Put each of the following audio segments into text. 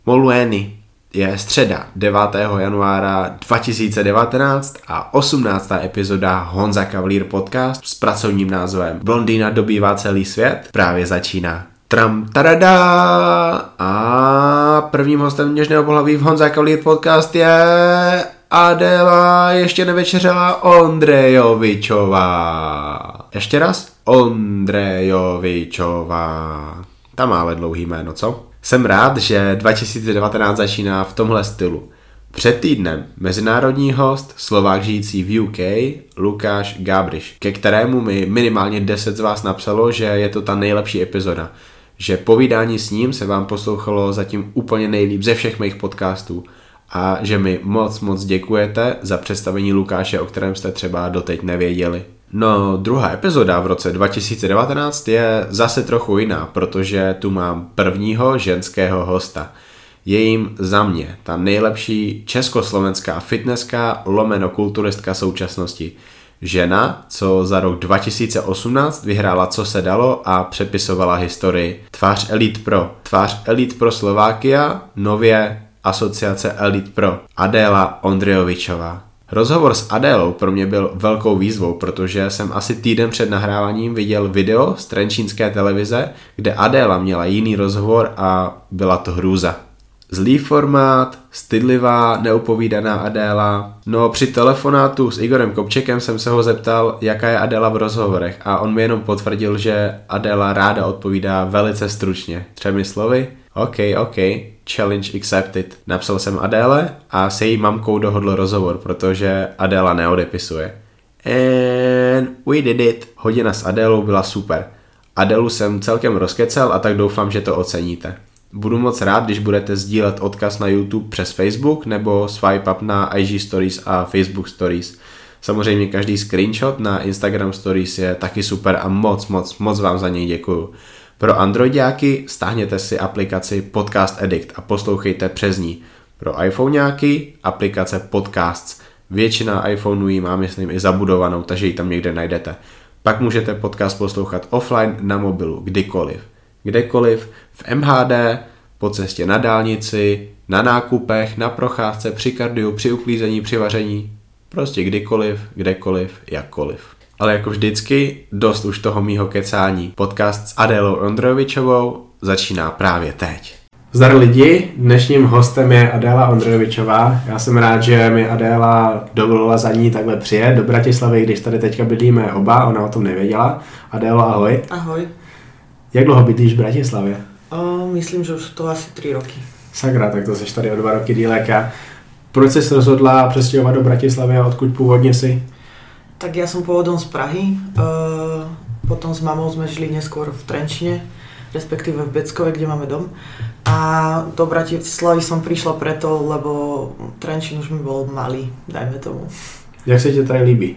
Moluény. Je středa 9. januára 2019 a 18. epizoda Honza Cavalier podcast s pracovním názvem Blondýna dobývá celý svět právě začíná. Tram tarada! A prvním hostem dnešného pohlaví v Honza Cavalier podcast je Adéla ještě nevečeřela Ondrejovičová. Ještě raz? Ondrejovičová. Ta má ale dlouhý jméno, co? Jsem rád, že 2019 začíná v tomhle stylu. Před týdnem mezinárodní host, Slovák žijící v UK, Lukáš Gábriš, ke kterému mi minimálně 10 z vás napsalo, že je to ta nejlepší epizoda. Že povídání s ním se vám poslouchalo zatím úplně nejlíp ze všech mých podcastů. A že mi moc děkujete za představení Lukáše, o kterém jste třeba doteď nevěděli. No, druhá epizoda v roce 2019 je zase trochu jiná, protože tu mám prvního ženského hosta. Je jim za mě ta nejlepší československá fitnesska / kulturistka současnosti. Žena, co za rok 2018 vyhrála Co se dalo a přepisovala historii. Tvář Elite Pro Slovakia, nově Asociace Elite Pro. Adéla Ondrejovičová. Rozhovor s Adélou pro mě byl velkou výzvou, protože jsem asi týden před nahráváním viděl video z trenčínské televize, kde Adéla měla jiný rozhovor a byla to hrůza. Zlý formát, stydlivá, neupovídaná Adéla. No při telefonátu s Igorem Kopčekem jsem se ho zeptal, jaká je Adéla v rozhovorech a on mi jenom potvrdil, že Adéla ráda odpovídá velice stručně. 3 slovy? OK, challenge accepted. Napsal jsem Adéle a se její mamkou dohodl rozhovor, protože Adéla neodepisuje. And we did it. Hodina s Adélou byla super. Adélu jsem celkem rozkecal a tak doufám, že to oceníte. Budu moc rád, když budete sdílet odkaz na YouTube přes Facebook nebo swipe up na IG Stories a Facebook Stories. Samozřejmě každý screenshot na Instagram Stories je taky super a moc vám za něj děkuju. Pro androidiáky stáhněte si aplikaci Podcast Addict a poslouchejte přes ní. Pro iPhoneáky aplikace Podcasts. Většina iPhoneů ji má, myslím, i zabudovanou, takže ji tam někde najdete. Pak můžete podcast poslouchat offline na mobilu, kdekoliv, v MHD, po cestě na dálnici, na nákupech, na procházce, při kardiu, při uklízení, při vaření. Prostě kdykoliv, kdekoliv, jakkoliv. Ale jako vždycky, dost už toho mýho kecání. Podcast s Adélou Ondrejovičovou začíná právě teď. Zdar lidi, dnešním hostem je Adéla Ondrejovičová. Já jsem rád, že mi Adéla dovolila za ní takhle přijet do Bratislavy, když tady teďka bydlíme oba, ona o tom nevěděla. Adélo, ahoj. Ahoj. Jak dlouho bydlíš v Bratislavě? Myslím, že už to asi 3 roky. Sakra, tak to jsi tady o 2 roky díl jak já. Proč jsi se rozhodla přestěhovat do Bratislavy a odkud původně si? Tak ja som pôvodom z Prahy, potom s mamou sme žili neskôr v Trenčine, respektíve v Beckove, kde máme dom. A do Bratislavy som prišla preto, lebo Trenčín už mi bol malý, dajme tomu. Jak sa ti tady líbí?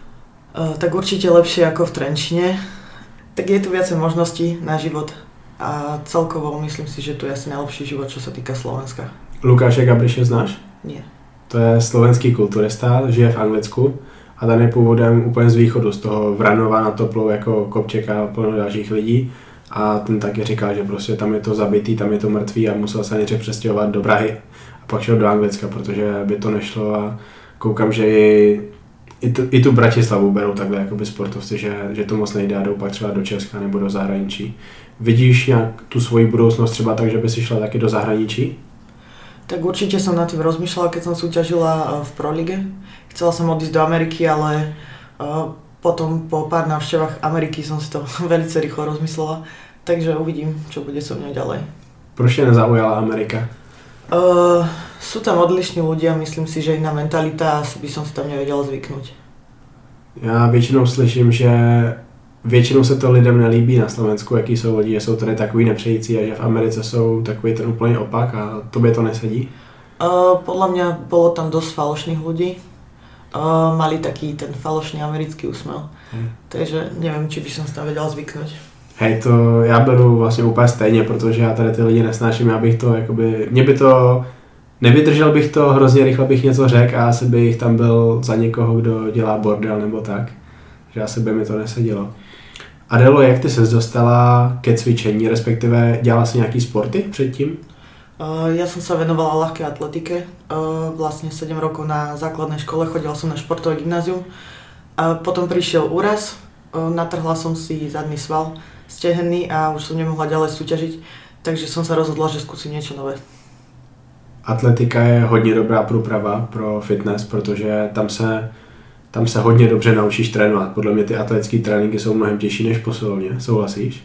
Tak určite lepšie ako v Trenčine. Tak je tu viacej možností na život a celkovo myslím si, že tu je asi najlepší život, čo sa týka Slovenska. Lukáše Gábriše znáš? Nie. To je slovenský kulturista, žije v Anglicku. A ten je původem úplně z východu, z toho Vranova na Toplou jako Kopček a plno dalších lidí. A ten taky říkal, že prostě tam je to zabitý, tam je to mrtvý a musel se nejdřív přestěhovat do Prahy. A pak šel do Anglicka, protože by to nešlo a koukám, že i tu Bratislavu berou takhle jakoby sportovci, že to moc nejde a jdou pak třeba do Česka nebo do zahraničí. Vidíš nějak tu svoji budoucnost třeba tak, že by si šla taky do zahraničí? Tak určite som nad tým rozmýšľala, keď som súťažila v Prolige. Chcela som odísť do Ameriky, ale potom po pár návštevách Ameriky som si to velice rýchlo rozmyslela. Takže uvidím, čo bude so mňa ďalej. Proč ťa nezaujala Amerika? Sú tam odlišní ľudia, myslím si, že iná mentalita a by som si tam nevedela zvyknúť. Já většinou slyším, že většinou se to lidem nelíbí na Slovensku, jaký jsou lidi, že jsou tady takový nepřející a že v Americe jsou takový ten úplně opak a tobě to nesedí? Podľa mňa bolo tam dosť falošných ľudí. Mali taký ten falošný americký úsmev. Takže neviem, či by som si tam vedela zvyknúť. Hej, to já beru vlastně úplně stejně, protože já tady ty lidi nesnáším, já bych to jakoby, mě by to, nevydržel bych to, hrozně rychle bych něco řekl a asi bych tam byl za někoho, kdo dělá bordel nebo tak. Že asi by mi to nesedělo. Adélo, jak ty ses dostala ke cvičení, respektive dělala jsi nějaký sporty předtím? Ja som sa venovala ľahkej atletike. Vlastne 7 rokov na základnej škole, chodila som na športové gymnázium. A potom prišiel úraz, natrhla som si zadný sval stehenný a už som nemohla ďalej súťažiť, takže som sa rozhodla, že skúsim niečo nové. Atletika je hodně dobrá průprava pro fitness, protože tam se hodně dobře naučíš trénovat. Podle mě ty atletické tréninky jsou mnohem těžší než posilovně. Souhlasíš?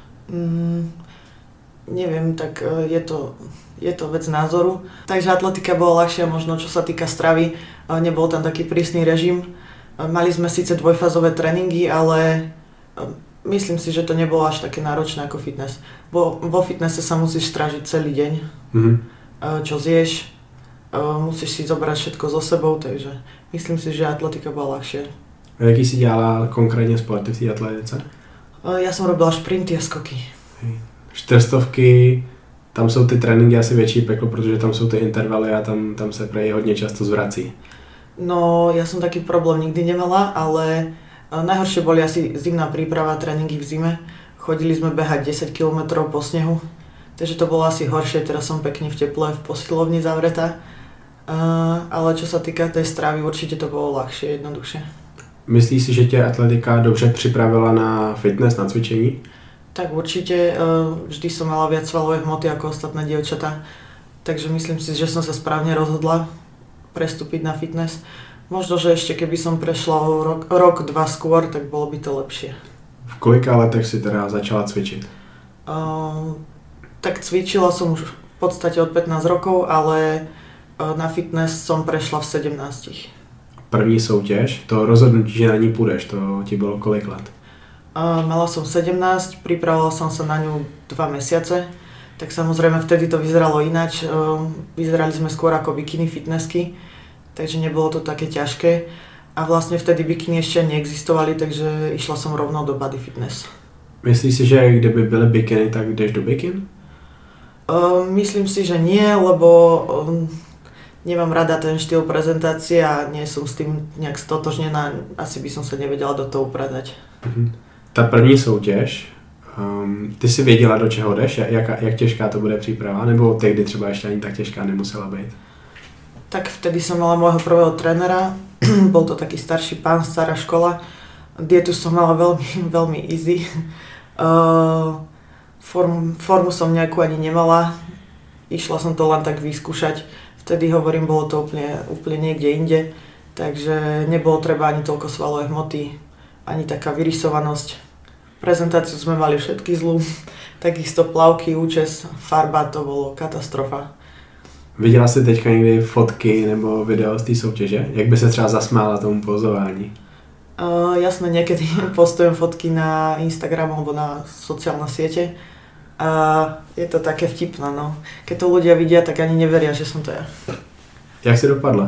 Neviem, tak je to vec názoru. Takže atletika bola ľahšia, možno čo sa týka stravy, nebol tam taký prísny režim. Mali sme síce dvojfázové tréningy, ale myslím si, že to nebolo až také náročné ako fitness. Vo fitnesse sa musíš strážiť celý deň, čo zješ, musíš si zobrať všetko so sebou, takže myslím si, že atletika bola ľahšia. A jaký si dělala konkrétně sporty v té atletice? Ja som robila šprinty a skoky. 400, tam jsou ty tréninky asi větší peklo, protože tam jsou ty intervaly a tam se prej hodně často zvrací. No, ja som taký problém nikdy nemala, ale najhoršie boli asi zimná príprava, tréningy v zime. Chodili sme behať 10 km po snehu, takže to bolo asi horšie, teraz som pekne v teple, v posilovni zavretá. Ale čo sa týka tej stravy, určite to bolo ľahšie, jednoduchšie. Myslíš si, že tě atletika dobře připravila na fitness, na cvičení? Tak určite, vždy som mala viac svalovej hmoty ako ostatné dievčatá, takže myslím si, že som sa správne rozhodla prestúpiť na fitness. Možno, že ešte keby som prešla rok, dva skôr, tak bolo by to lepšie. V kolika letech si teda začala cvičiť? Tak cvičila som už v podstate od 15 rokov, ale na fitness som prešla v 17. První soutěž, to rozhodnutí, že na ní půjdeš, to ti bylo kolik let? Mala som 17, pripravila som sa na ňu 2 mesiace, tak samozrejme vtedy to vyzeralo ináč. Vyzerali sme skôr ako bikini fitnessky, takže nebolo to také ťažké. A vlastne vtedy bikini ešte neexistovali, takže išla som rovno do body fitness. Myslíš si, že kdyby byly bikiny, tak jdeš do bikin? Myslím si, že nie, lebo nemám rada ten štýl prezentácie a nie som s tým nejak stotožnená. Asi by som sa nevedela do toho upratať. Ta první soutěž, ty si věděla, do čeho jdeš? Jak těžká to bude příprava? Nebo tehdy třeba ještě ani tak těžká nemusela být? Tak vtedy som mala môjho prvého trénera, bol to taký starší pán, stará škola. Dietu som mala veľmi, veľmi easy. Formu som nejakú ani nemala, išla som to len tak vyskúšať. Vtedy hovorím, bolo to úplne niekde inde, takže nebolo treba ani toľko svalovej hmoty, ani taká vyrysovanosť. Prezentáciu sme mali všetky zlú, takisto plavky, účes, farba, to bolo katastrofa. Viděla jsi teďka někdy fotky nebo video z té soutěže? Jak by se třeba zasmála tomu pozování? Jasné, niekedy postujem fotky na Instagram alebo na sociálne siete a je to také vtipné, no. Keď to ľudia vidia, tak ani neveria, že som to ja. Jak si dopadla?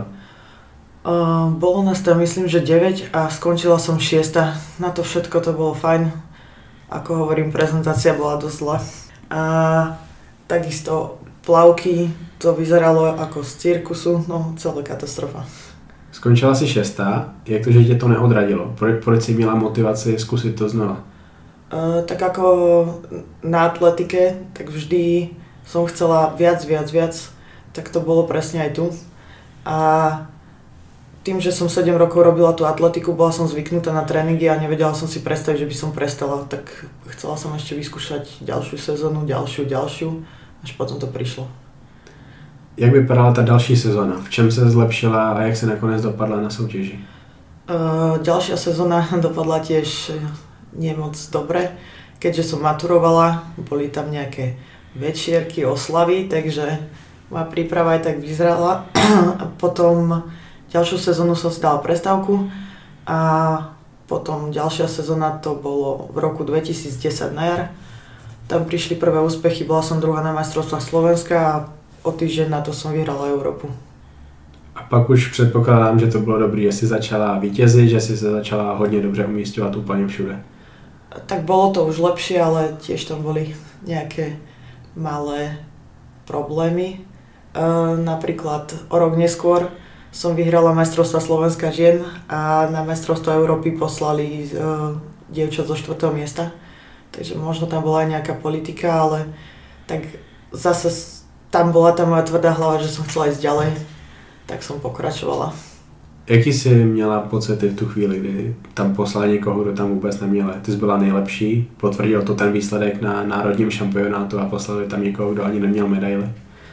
Bolo nás tam, myslím, že 9 a skončila som 6. Na to všetko to bolo fajn. Ako hovorím, prezentácia bola dosť zlá. A takisto plavky, to vyzeralo ako z cirkusu, no celá katastrofa. Skončila si 6. Jak to, že tě to neodradilo? Proč jsi měla motivaci zkusit to znova? Tak ako na atletike, tak vždy som chcela viac, tak to bolo presne aj tu. A tým, že som 7 rokov robila tú atletiku, bola som zvyknutá na tréningy a nevedela som si predstaviť, že by som prestala, tak chcela som ešte vyskúšať ďalšiu sezónu, ďalšiu, až potom to prišlo. Jak vypadala ta další sezóna? V čem se zlepšila a jak se nakonec dopadla na soutěži? Ďalšia sezóna dopadla tiež nie moc dobre, keďže som maturovala, boli tam nejaké večierky, oslavy, takže moja príprava aj tak vyzerala. A potom ďalšiu sezónu som si dala prestávku a potom ďalšia sezóna to bolo v roku 2010 na jar. Tam prišli prvé úspechy, bola som druhá na majstrovstvách Slovenska a o týždeň na to som vyhrala Európu. A pak už předpokládám, že to bylo dobrý, že jsi začala vítězit, že jsi se začala hodně dobře umísťovat úplně všude. Tak bolo to už lepšie, ale tiež tam boli nejaké malé problémy. Napríklad o rok neskôr som vyhrala majstrovstvá Slovenska žien a na majstrovstvá Európy poslali dievčat zo 4. miesta. Takže možno tam bola aj nejaká politika, ale tak zase tam bola tá moja tvrdá hlava, že som chcela ísť ďalej, tak som pokračovala. Jaký jsi měla pocity v tu chvíli, kdy tam poslali někoho, kdo tam vůbec neměl? Ty jsi byla nejlepší, potvrdil to ten výsledek na národním šampionátu a poslali tam někoho, kdo ani neměl medaily?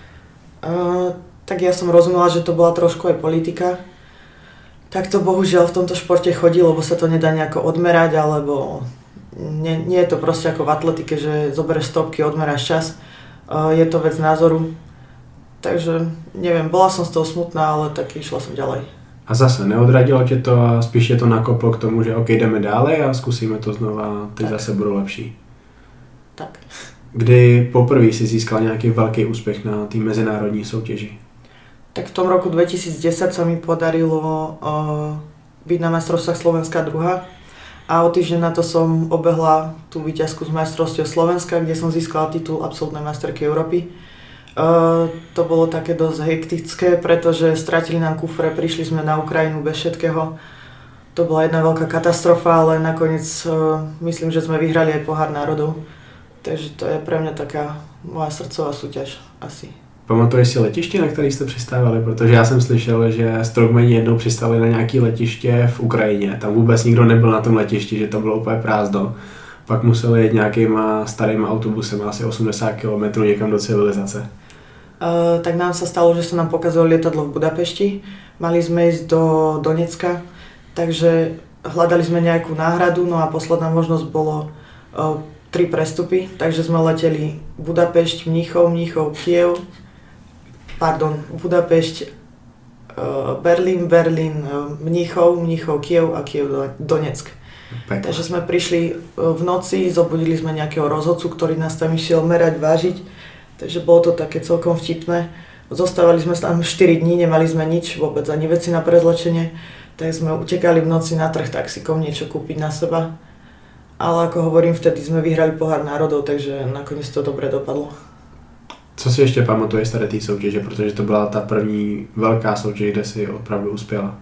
Tak ja som rozumela, že to bola trošku aj politika. Tak to bohužiaľ v tomto športe chodí, lebo sa to nedá nejako odmerať, alebo nie je to proste ako v atletike, že zoberieš stopky, odmeráš čas. Je to vec názoru. Takže neviem, bola som z toho smutná, ale tak išla som ďalej. A zase neodradilo tě to a spíš je to nakoplo k tomu, že ok, jdeme dále a zkusíme to znova, teď zase budou lepší. Tak. Kdy poprvé si získala nějaký velký úspěch na té mezinárodní soutěži? Tak v tom roku 2010 sa mi podarilo byť na majstrovstvách Slovenska druhá a o týždeň na to som obehla tú víťazku z majstrovstiev Slovenska, kde som získala titul absolútnej majsterky Európy. To bolo také dosť hektické, pretože stratili nám kufre, prišli sme na Ukrajinu bez všetkého. To bola jedna veľká katastrofa, ale nakoniec myslím, že sme vyhrali aj pohár národov. Takže to je pre mňa taká moja srdcová súťaž asi. Pamatuješ si letiště, na které jste přistávali? Protože já jsem slyšel, že strongmani jednou přistali na nějaké letiště v Ukrajině. Tam vůbec nikdo nebyl na tom letišti, že to bylo úplně prázdno. Pak museli jet nějakýma starýma autobusem asi 80 km někam do civilizace. Tak nám sa stalo, že sa nám pokazilo lietadlo v Budapešti. Mali sme ísť do Donecka, takže hľadali sme nejakú náhradu, no a posledná možnosť bolo 3 prestupy, takže sme leteli Budapešť, Mníchov, Kiev, Budapešť, Berlín, Mníchov, Kiev a Kiev, Donetsk. Takže sme prišli v noci, zobudili sme nejakého rozhodcu, ktorý nás tam išiel merať, vážiť, takže bolo to také celkom vtipné. Zostávali sme tam 4 dní, nemali sme nič, vôbec ani veci na prezlečenie, tak sme utekali v noci na trh taxikom niečo kúpiť na seba. Ale ako hovorím, vtedy sme vyhrali pohár národov, takže nakoniec to dobre dopadlo. Co si ještě pamatuješ z tady té soutěže, protože to byla ta první velká soutěž, kde si opravdu uspěla?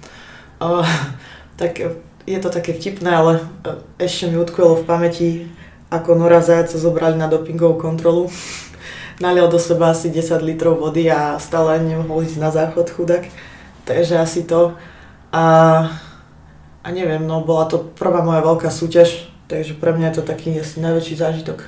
Tak je to také vtipné, ale ešte mi utkvelo v pamäti, ako Nora Zajaca zobrali na dopingovú kontrolu. Nalial do seba asi 10 litrov vody a stále nemohol ísť na záchod, chudák. Takže asi to. A neviem, no bola to prvá moja veľká súťaž, takže pre mňa je to taký asi najväčší zážitok.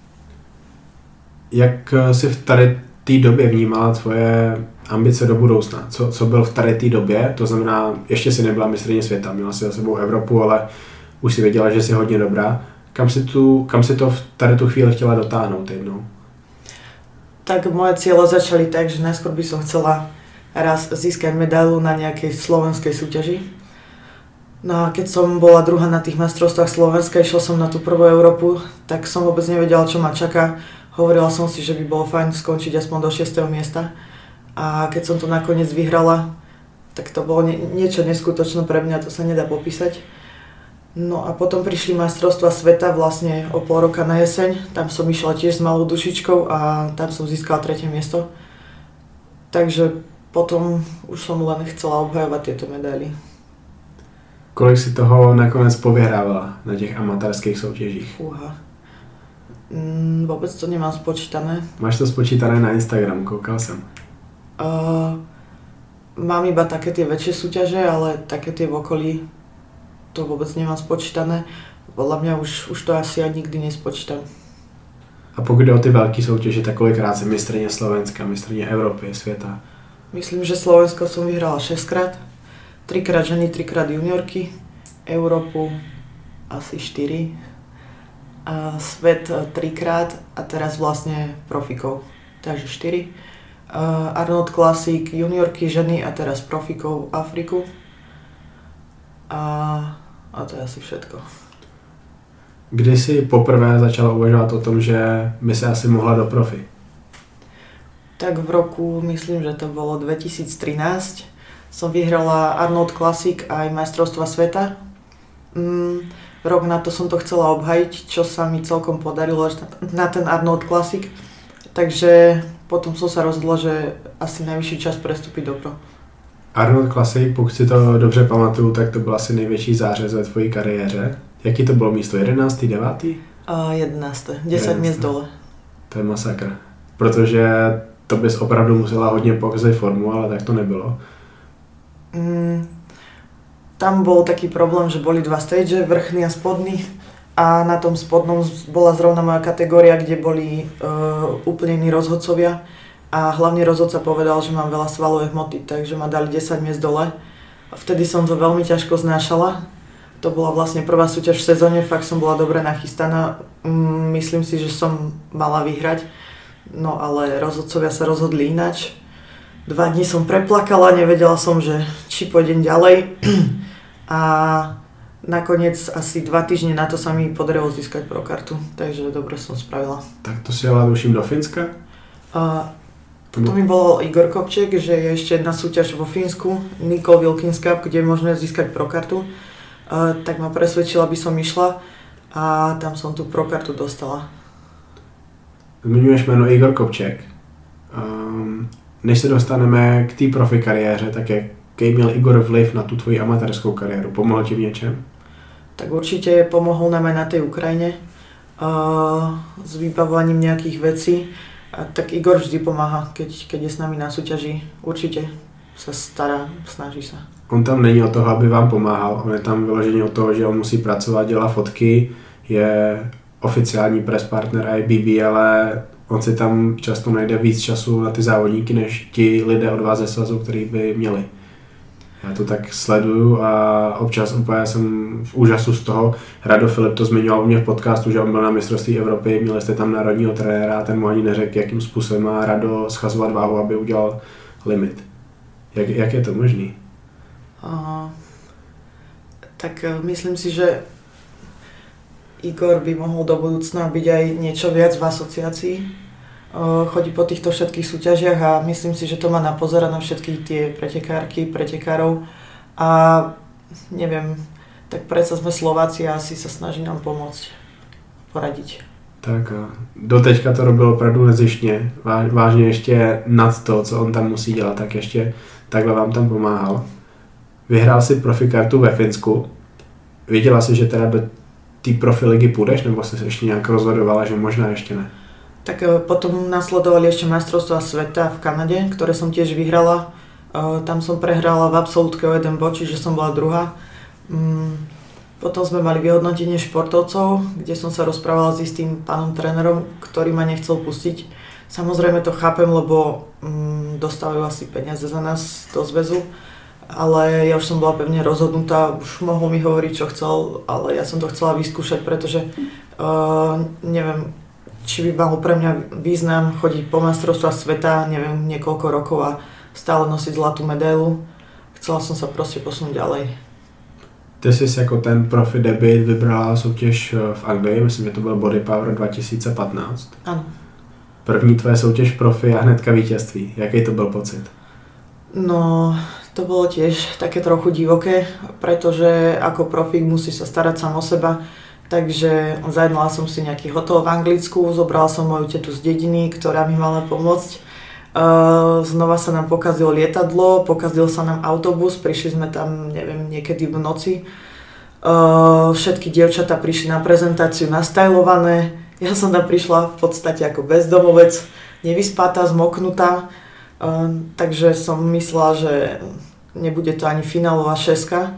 Jak si v tady té době vnímala tvoje ambice do budoucna? Co byl v tady té době? To znamená, ještě si nebyla mistryně světa, měla si za sebou Evropu, ale už si věděla, že jsi hodně dobrá. Kam si to v tady tu chvíli chtěla dotáhnout jednou? Tak moje ciele začali tak, že najskôr by som chcela raz získať medailu na nejakej slovenskej súťaži. No a keď som bola druhá na tých majstrovstvách Slovenska, išla som na tú prvú Európu, tak som vôbec nevedela, čo ma čaká. Hovorila som si, že by bolo fajn skončiť aspoň do 6. miesta. A keď som to nakoniec vyhrala, tak to bolo niečo neskutočné pre mňa, to sa nedá popísať. No a potom prišli majstrovstvá sveta vlastne o pol roka na jeseň. Tam som išla tiež s malou dušičkou a tam som získala 3. miesto. Takže potom už som len chcela obhajovať tieto medaily. Kolik si toho nakonec povyhrávala na těch amatérských soutěžích? Fúha. Vôbec to nemám spočítané. Máš to spočítané na Instagram, koukal jsem. Mám iba také tie väčšie súťaže, ale také tie v okolí to vôbec nemám spočítané. Podľa mňa už to asi aj nikdy nespočítam. A pokud jde o ty velké soutěže, tak kolikrát si mistryně Slovenska, mistryně Evropy, světa? Myslím, že Slovensko som vyhrala 6-krát. 3-krát ženy, 3-krát juniorky. Európu asi 4. A svet 3-krát a teraz vlastne profikov. Takže 4. Arnold Classic, juniorky, ženy a teraz profikov Afriku. A to je asi všetko. Kdy jsi poprvé začala uvažovat o tom, že by se asi mohla do profi? Tak v roku, myslím, že to bolo 2013, som vyhrala Arnold Classic aj majstrovstva sveta. Rok na to som to chcela obhajiť, čo sa mi celkom podarilo až na ten Arnold Classic. Takže potom som sa rozhodla, že asi najvyšší čas prestúpiť do pro. Arnold Classic, pokud si to dobře pamatuju, tak to byl asi největší zářez ve tvojí kariéře. Jaký to bylo místo? 11. 9. 11. 10 miest dole. To je masakr. Protože to bys opravdu musela hodně pokazit formu, ale tak to nebylo. Tam bol taký problém, že boli dva stage, vrchný a spodný. A na tom spodnom bola zrovna moja kategória, kde boli úplne iní rozhodcovia. A hlavný rozhodca povedal, že mám veľa svalovej hmoty, takže ma dali 10 miest dole. Vtedy som to veľmi ťažko znášala. To bola vlastne prvá súťaž v sezóne, fakt som bola dobre nachystaná. Myslím si, že som mala vyhrať. No ale rozhodcovia sa rozhodli inač. 2 dní som preplakala, nevedela som, že či pôjdem ďalej. A nakoniec asi 2 týždne na to sa mi podarilo získať pro kartu, takže dobre som spravila. Tak to si jela tuším do Fínska? Potom mi volal Igor Kopček, že je ešte jedna súťaž vo Fínsku, Nicole Wilkins Cup, kde je možné získať pro kartu. Tak ma presvedčila, aby som išla a tam som tú pro kartu dostala. Zmiňuješ jméno Igor Kopček. Než se dostaneme k té profi kariéře, tak jaký měl Igor vliv na tu tvoji amatérskou kariéru? Pomohl ti v něčem? Tak určite pomohol nám aj na tej Ukrajine s vybavovaním nejakých vecí. A tak Igor vždy pomáha, keď je s nami na súťaži. Určite sa stará, snaží sa. On tam není o toho, aby vám pomáhal. On je tam vyloženě o toho, že on musí pracovat, dělá fotky, je oficiální press partner IBB, ale on si tam často najde víc času na ty závodníky, než ti lidé od vás ze svazu, který by měli. Já to tak sleduju a občas úplně jsem v úžasu z toho. Rado Filip to zmiňoval u mě v podcastu, že on byl na mistrovství Evropy, měli jste tam národního trenéra a ten mu ani neřekl, jakým způsobem má Rado schazovat váhu, aby udělal limit. Jak je to možný? Tak myslím si, že Igor by mohol do budúcna byť aj niečo viac v asociácii. Chodí po týchto všetkých súťažiach a myslím si, že to má na pozera na všetky tie pretekárky, pretekárov a neviem, tak predsa sme Slováci a asi sa snaží nám pomôcť, poradiť. Tak a doteďka to robil opravdu nezištně, vážně ještě nad to, co on tam musí dělat, tak ještě takhle vám tam pomáhal. Vyhrál si profikartu ve Finsku, věděla jsi, že teda do té profiligy půjdeš, nebo jsi se ještě nějak rozhodovala, že možná ještě ne? Tak potom nasledovali ešte majstrovstvá sveta v Kanade, ktoré som tiež vyhrala. Tam som prehrala v absolútke o 1 bod, čiže som bola druhá. Potom sme mali vyhodnotenie športovcov, kde som sa rozprávala s istým pánom trénerom, ktorý ma nechcel pustiť. Samozrejme to chápem, lebo dostávajú asi peniaze za nás do zväzu, ale ja už som bola pevne rozhodnutá, už mohol mi hovoriť, čo chcel, ale ja som to chcela vyskúšať, pretože neviem, či by malo pre mňa význam chodiť po majstrovstvách sveta, neviem, niekoľko rokov a stále nosiť zlatú medailu. Chcela som sa proste posunúť ďalej. Ty jsi jako ten profi debut vybrala soutěž v Anglii, myslím, že to byl Body Power 2015. Ano. První tvoje soutěž profi a hnedka vítězství. Jaký to byl pocit? No, to bolo tiež také trochu divoké, pretože ako profík musí sa starať sám o seba. Takže zajednala som si nejaký hotel v Anglicku, zobrala som moju tetu z dediny, ktorá mi mala pomôcť. Znova sa nám pokazilo lietadlo, pokazil sa nám autobus, prišli sme tam, neviem, niekedy v noci. Všetky dievčatá prišli na prezentáciu nastajlované. Ja som tam prišla v podstate ako bezdomovec, nevyspatá, zmoknutá. Takže som myslela, že nebude to ani finálová šeska.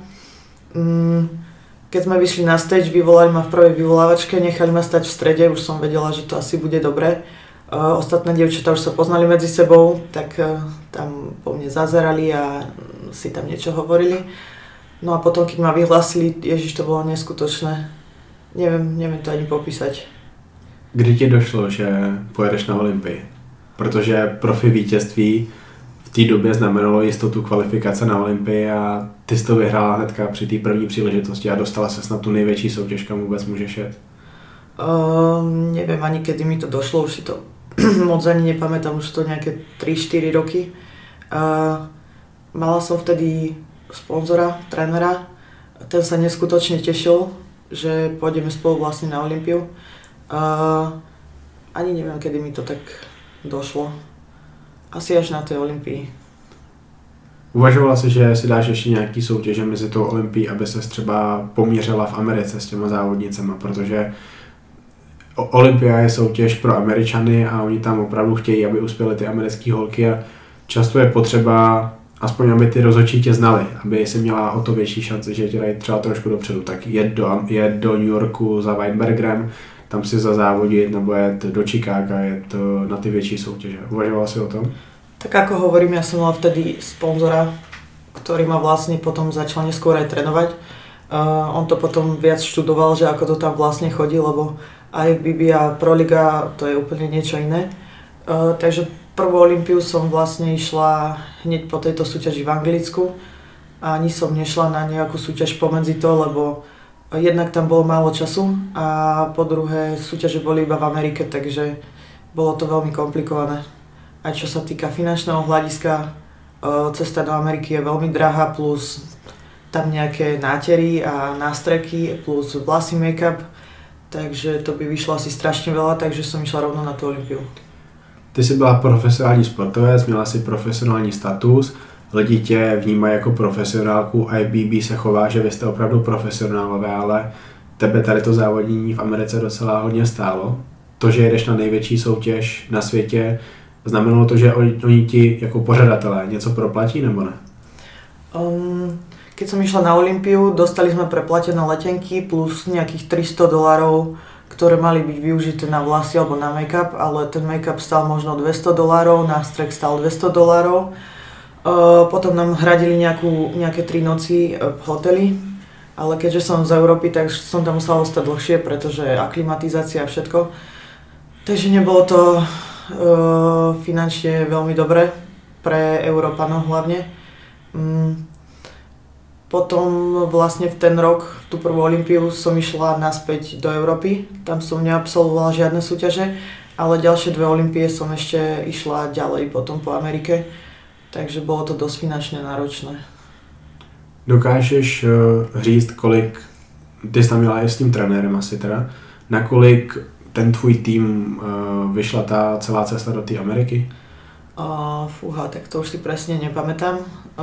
Keď sme vyšli na stage, vyvolali ma v prvej vyvolávačke, nechali ma stať v strede, už som vedela, že to asi bude dobré. Ostatné dievčatá už sa poznali medzi sebou, tak tam po mne zazerali a si tam niečo hovorili. No a potom, keď ma vyhlásili, ježiš, to bolo neskutočné. Neviem to ani popísať. Kdy ti došlo, že pojedeš na Olympii? Protože profi vítězství v té době znamenalo jistotu kvalifikace na Olympii a ty jsi to vyhrála hnedka při té první příležitosti a dostala ses na tu největší soutěž, kam vůbec můžeš jet. Neviem ani kedy mi to došlo, už si to moc ani nepamätám, už to nejaké 3-4 roky. Mala som vtedy sponzora, trénera, ten sa neskutočne tešil, že pôjdeme spolu vlastne na Olympiu. Ani neviem, kedy mi to tak došlo. Asi až na té Olympii. Uvažovala jsi, že si dáš ještě nějaký soutěže mezi tou Olympií, aby ses třeba pomířila v Americe s těma závodnicema, protože Olympia je soutěž pro Američany a oni tam opravdu chtějí, aby uspěly ty americké holky a často je potřeba, aspoň aby ty rozhodčí tě znali, aby si měla o to větší šanci, že tě dají třeba trošku dopředu, tak jet do New Yorku za Weinbergerem, tam si zazávodit, nebo jet do Chicaga, jet na ty větší soutěže. Uvažovala si o tom? Tak ako hovorím, ja som mala vtedy sponzora, ktorý ma vlastne potom začal neskôr aj trénovať. On to potom viac študoval, že ako to tam vlastne chodí, lebo IFBB a Proliga to je úplne niečo iné. Takže prvú Olympiu som vlastne išla hneď po tejto súťaži v Anglicku. Ani som nešla na nejakú súťaž pomedzi to, lebo jednak tam bolo málo času a po druhé súťaže boli iba v Amerike, takže bolo to veľmi komplikované. Aj čo sa týka finančného hľadiska, cesta do Ameriky je veľmi drahá, plus tam nejaké nátery a nástreky, plus vlasy, make-up, takže to by vyšlo asi strašne veľa, takže som išla rovno na tú Olympiu. Ty jsi byla profesionální sportovec, měla si profesionální status, lidi tě vnímají jako profesionálku, IFBB se chová, že vy jste opravdu profesionálové, ale tebe tady to závodění v Americe docela hodně stálo. To, že jedeš na největší soutěž na světě, znamenalo to, že oni ti jako pořadatelé něco proplatí, nebo ne? Keď som išla na Olympiu, dostali sme preplatené letenky plus nejakých $300, ktoré mali byť využité na vlasy alebo na make-up, ale ten make-up stál možno $200, nástrek stál $200. Potom nám hradili nejaké 3 noci v hoteli, ale keďže som z Európy, tak som tam musela ostať dlhšie, pretože aklimatizácia a všetko. Takže nebolo to finančne veľmi dobre pre Európanov hlavne. Potom vlastne v ten rok, v tú prvú Olympiu som išla naspäť do Európy. Tam som neabsolvovala žiadne súťaže, ale ďalšie 2 Olympie som ešte išla ďalej potom po Amerike. Takže bolo to dosť finančne náročné. Dokážeš říct, kolik, ty jsi tam měla i s tím trenérem asi teda, nakolik ten tvůj tým vyšla tá celá cesta do té Ameriky? Fúha, tak to už si presne nepamätám.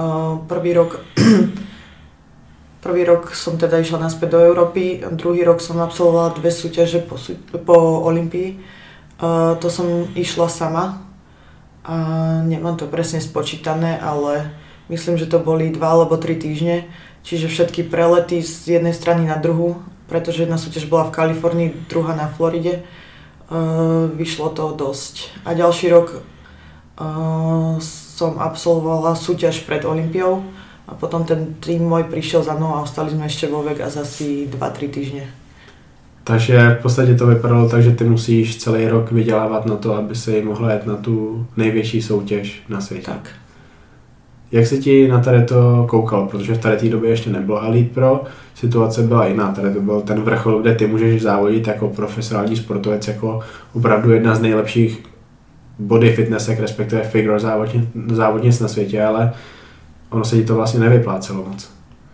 Prvý rok som teda išla naspäť do Európy, druhý rok som absolvovala 2 súťaže po Olympii. To som išla sama. Nemám to presne spočítané, ale myslím, že to boli 2 alebo 3 týždne, čiže všetky prelety z jednej strany na druhú, pretože jedna súťaž bola v Kalifornii, druhá na Floride. Vyšlo to dosť. A ďalší rok som absolvovala súťaž pred Olympiou a potom ten tým môj prišiel za mnou a ostali sme ešte vo Vegas asi 2-3 týždne. Takže v podstatě to vypadalo tak, že ty musíš celý rok vydělávat na to, aby si mohla jet na tu největší soutěž na světě. Tak. Jak se ti na tady to koukalo? Protože v tady té době ještě nebylo Elite Pro, situace byla jiná. Tady to byl ten vrchol, kde ty můžeš závodit jako profesionální sportovec, jako opravdu jedna z nejlepších body fitnessek, respektive figure závodnic na světě, ale ono se ti to vlastně nevyplácelo moc.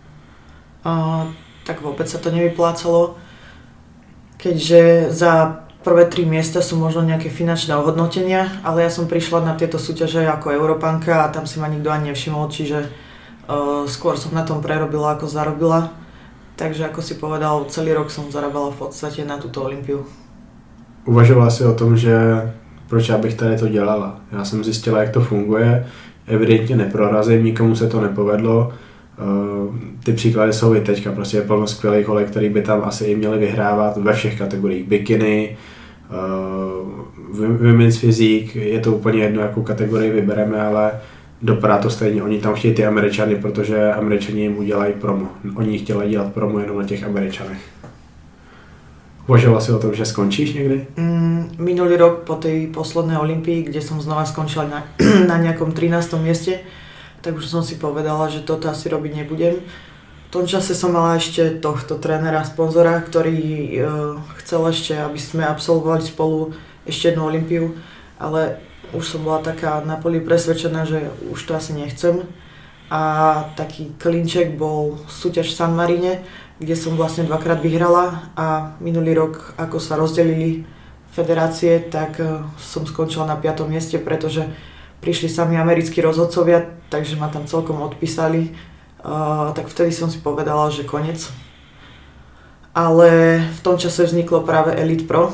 Tak vôbec sa to nevyplácalo, keďže za prvé 3 miesta sú možno nejaké finančné ohodnotenia, ale ja som prišla na tieto súťaže ako Európanka a tam si ma nikto ani nevšimol, čiže skôr som na tom prerobila ako zarobila. Takže ako si povedal, celý rok som zarábala v podstate na túto Olympiu. Uvažovala si o tom, že proč já bych tady to dělala? Já jsem zjistila, jak to funguje, evidentně neprorazím, nikomu se to nepovedlo. Ty příklady jsou i teďka, prostě je plno skvělých holek, který by tam asi i měli vyhrávat ve všech kategoriích. Bikini, women's physique, je to úplně jedno, jakou kategorii vybereme, ale dopadá to stejně. Oni tam chtějí ty Američany, protože Američani jim udělají promo. Oni chtěli dělat promo jenom na těch Američanech. Uvažovala si o tom, že skončíš někdy? Minulý rok po tej poslednej Olympii, kde som znova skončila na nejakom 13. mieste, tak už som si povedala, že toto asi robiť nebudem. V tom čase som mala ešte tohto trénera, sponzora, ktorý chcel ešte, aby sme absolvovali spolu ešte jednu Olympiu, ale už som bola taká napoli presvedčená, že už to asi nechcem. A taký klinček bol súťaž v San Marine, kde som vlastne 2-krát vyhrala a minulý rok, ako sa rozdelili federácie, tak som skončila na 5. mieste, pretože prišli sami americkí rozhodcovia, takže ma tam celkom odpísali. Tak vtedy som si povedala, že koniec. Ale v tom čase vzniklo práve Elite Pro,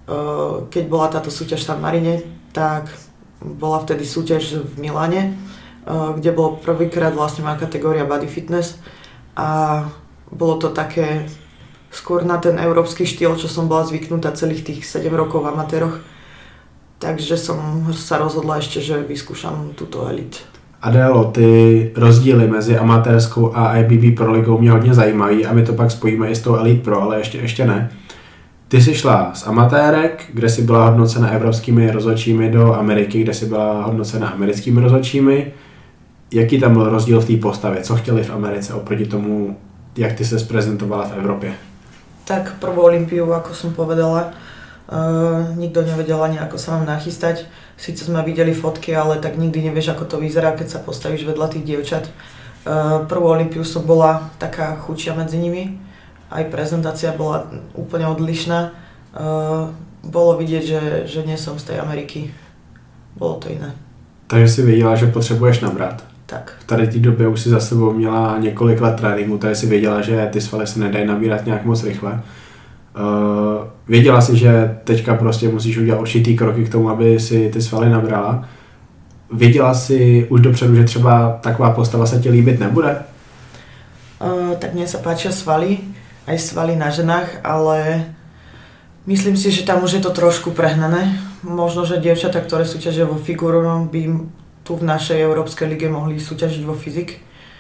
keď bola táto súťaž v San Marine, tak bola vtedy súťaž v Miláne, kde bolo prvýkrát vlastne moja kategória body fitness a bolo to také skôr na ten európsky štýl, čo som bola zvyknutá celých tých 7 rokov v amatéroch. Takže som sa rozhodla ešte, že vyskúšam túto elite. Adélo, ty rozdíly mezi amatérskou a IFBB Pro ligou mě hodně zajímají a my to pak spojíme i s tou Elite Pro, ale ještě ne. Ty jsi šla z amatérek, kde jsi byla hodnocena evropskými rozhodčími, do Ameriky, kde jsi byla hodnocena americkými rozhodčími. Jaký tam byl rozdíl v té postavě? Co chtěli v Americe oproti tomu, jak ty se prezentovala v Evropě? Tak prvú olympiu, ako som povedala, nikto nevedel ani ako sa mám nachystať. Sice sme videli fotky, ale tak nikdy nevieš, ako to vyzerá, keď sa postavíš vedľa tých dievčat. Prvú olympiu som bola taká chudšia medzi nimi. Aj prezentácia bola úplne odlišná. Bolo vidieť, že nie som z tej Ameriky. Bolo to iné. Takže si věděla, že potřebuješ nabrat. Tak. V tady té době už si za sebou měla několik let tréninku, tady si věděla, že ty svaly se nedají nabírat nějak moc rychle. Věděla si, že teďka prostě musíš udělat určitý kroky k tomu, aby si ty svaly nabrala. Věděla si už dopředu, že třeba taková postava se ti líbit nebude? Tak mne sa páčia svaly, aj svaly na ženách, ale myslím si, že tam už je to trošku prehnané. Možno, že dievčatá, ktoré súťažia vo figurovom, by tu v našej Európskej lige mohli súťažiť vo fyzik.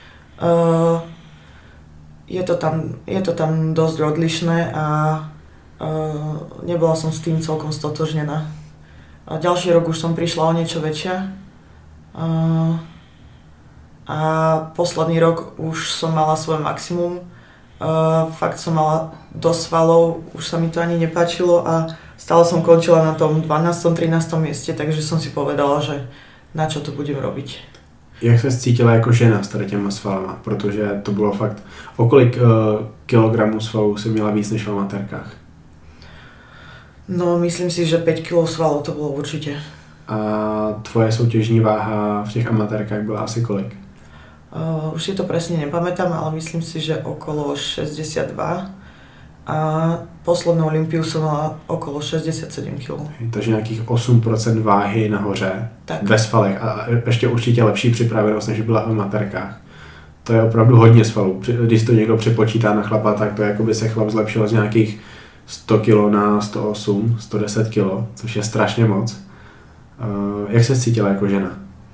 Je to tam dosť odlišné a nebola som s tým celkom stotožnená. A ďalší rok už som prišla o niečo väčšia a posledný rok už som mala svoje maximum. Fakt som mala dosť svalov, už sa mi to ani nepáčilo a stále som končila na tom 12. 13. mieste, takže som si povedala, že na čo to budem robiť. Jak se cítila jako žena s tady těma svalama? Protože to bylo fakt... O kolik kilogramů svalů si měla víc než v amatérkách? No, myslím si, že 5 kg svalov to bylo určitě. A tvoje soutěžní váha v těch amatérkách byla asi kolik? Už si to presne nepamätám, ale myslím si, že okolo 62. A poslednú olympiu som mala okolo 67 kg. Takže nějakých 8% váhy nahoře tak. Ve svalech a ještě určitě lepší připravenost, než byla v amatérkách. To je opravdu hodně svalů. Když to někdo přepočítá na chlapa, tak to je jako by se chlap zlepšil z nějakých 100 kg na 108, 110 kg, což je strašně moc. Jak se cítila jako žena?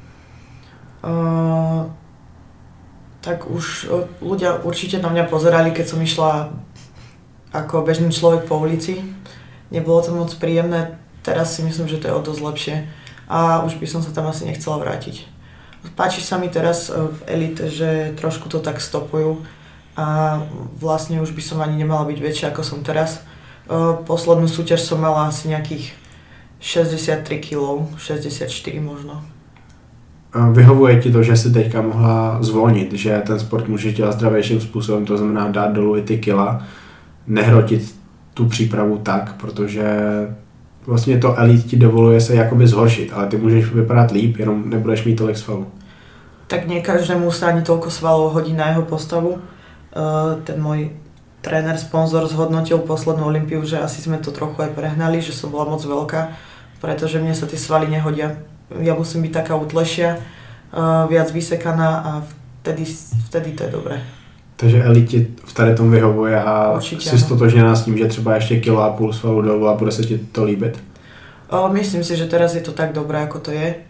Tak už ľudia určite na mňa pozerali, keď som išla ako bežný človek po ulici. Nebolo to moc príjemné, teraz si myslím, že to je o dosť lepšie a už by som sa tam asi nechcela vrátiť. Páči sa mi teraz v Elite, že trošku to tak stopujú a vlastne už by som ani nemala byť väčšia ako som teraz. Poslednú súťaž som mala asi nejakých 63 kg, 64 možno. Vyhovuje ti to, že si teďka mohla zvolnit, že ten sport můžeš dělat zdravějším způsobem, to znamená dát dolů i ty kila, nehrotit tu přípravu tak, protože vlastně to Elite ti dovoluje se jakoby zhoršit, ale ty můžeš vypadat líp, jenom nebudeš mít tolik svalů. Tak nie každému sa ani toľko svalov hodí na jeho postavu. Ten môj tréner, sponzor zhodnotil poslednú olympiu, že asi sme to trochu aj prehnali, že som bola moc veľká, pretože mne sa tie svaly nehodia. Ja musím byť taká utlešia, viac vysekaná a vtedy to je dobré. Takže Elite v tady tom vyhovuje a určitě, jsi stotožněná s tím, že třeba ještě 1,5 kg svalu dolů a bude se ti to líbit? Myslím si, že teraz je to tak dobré, ako to je.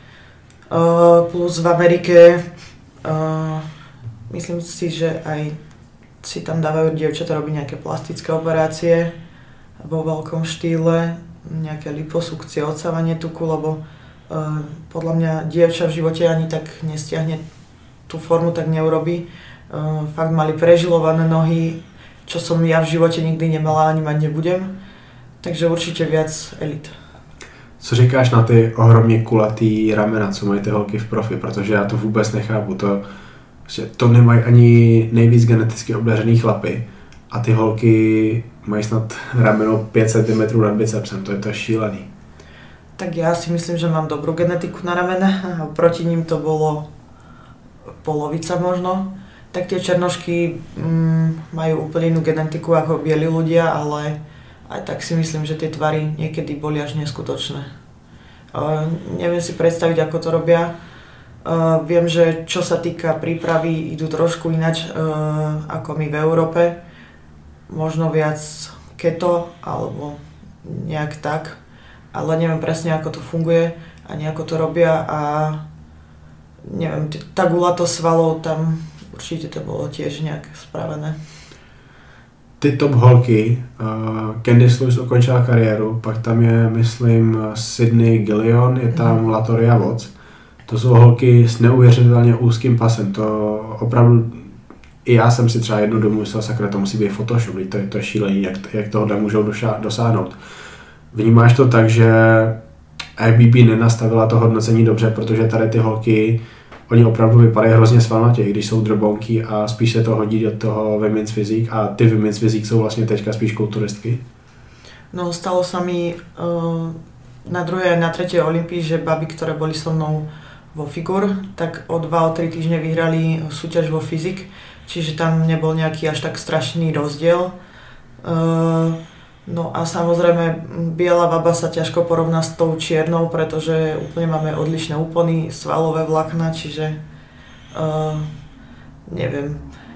Plus v Amerike myslím si, že aj si tam dávajú dievčatá robiť nejaké plastické operácie vo veľkom štýle, nejaké liposukcie, odsávanie tuku, lebo podľa mňa dievča v živote ani tak nestiahne tú formu, tak neurobí. Fakt mali prežilované nohy, čo som ja v živote nikdy nemala, ani mať nebudem. Takže určite viac Elite. Co říkáš na ty ohromně kulatý ramena, co mají ty holky v profi, protože já to vůbec nechápu, to nemají ani nejvíc geneticky obdařený chlapy a ty holky mají snad rameno 5 cm nad bicepsem, to je šílený. Tak ja si myslím, že mám dobrú genetiku na ramena a proti ním to bolo polovica možno. Tak tie černošky majú úplne inú genetiku ako bieli ľudia, ale aj tak si myslím, že tie tvary niekedy boli až neskutočné. Neviem si predstaviť, ako to robia. Viem, že čo sa týka prípravy, idú trošku ináč ako my v Európe. Možno viac keto, alebo nejak tak. Ale neviem presne, ako to funguje, ani ako to robia a neviem, tá gulatosť svalov tam určite to bolo tiež nejak spravené. Ty top holky, Candice Lewis ukončila kariéru, pak tam je, myslím, Sydney Gillion, je tam Latoria Watts. To jsou holky s neuvěřitelně úzkým pasem, to opravdu, i já jsem si třeba jednu dobu myslel, sakra, to musí být Photoshop, to je šílený, jak tohle můžou dosáhnout. Vnímáš to tak, že IBB nenastavila to hodnocení dobře, protože tady ty holky, oni opravdu vypadají hrozně svalnatě, když jsou drobonky a spíš se to hodí do toho women's physique a ty women's physique jsou vlastně teďka spíš kulturistky? No stalo sa mi na druhej a na tretej olympii, že baby, ktoré boli so mnou vo figur, tak o 2-3 týždne vyhrali súťaž vo fyzik, čiže tam nebol nejaký až tak strašný rozdiel. No a samozrejme biela baba sa ťažko porovná s tou čiernou, pretože úplne máme odlišné úpony, svalové vlákna, čiže neviem.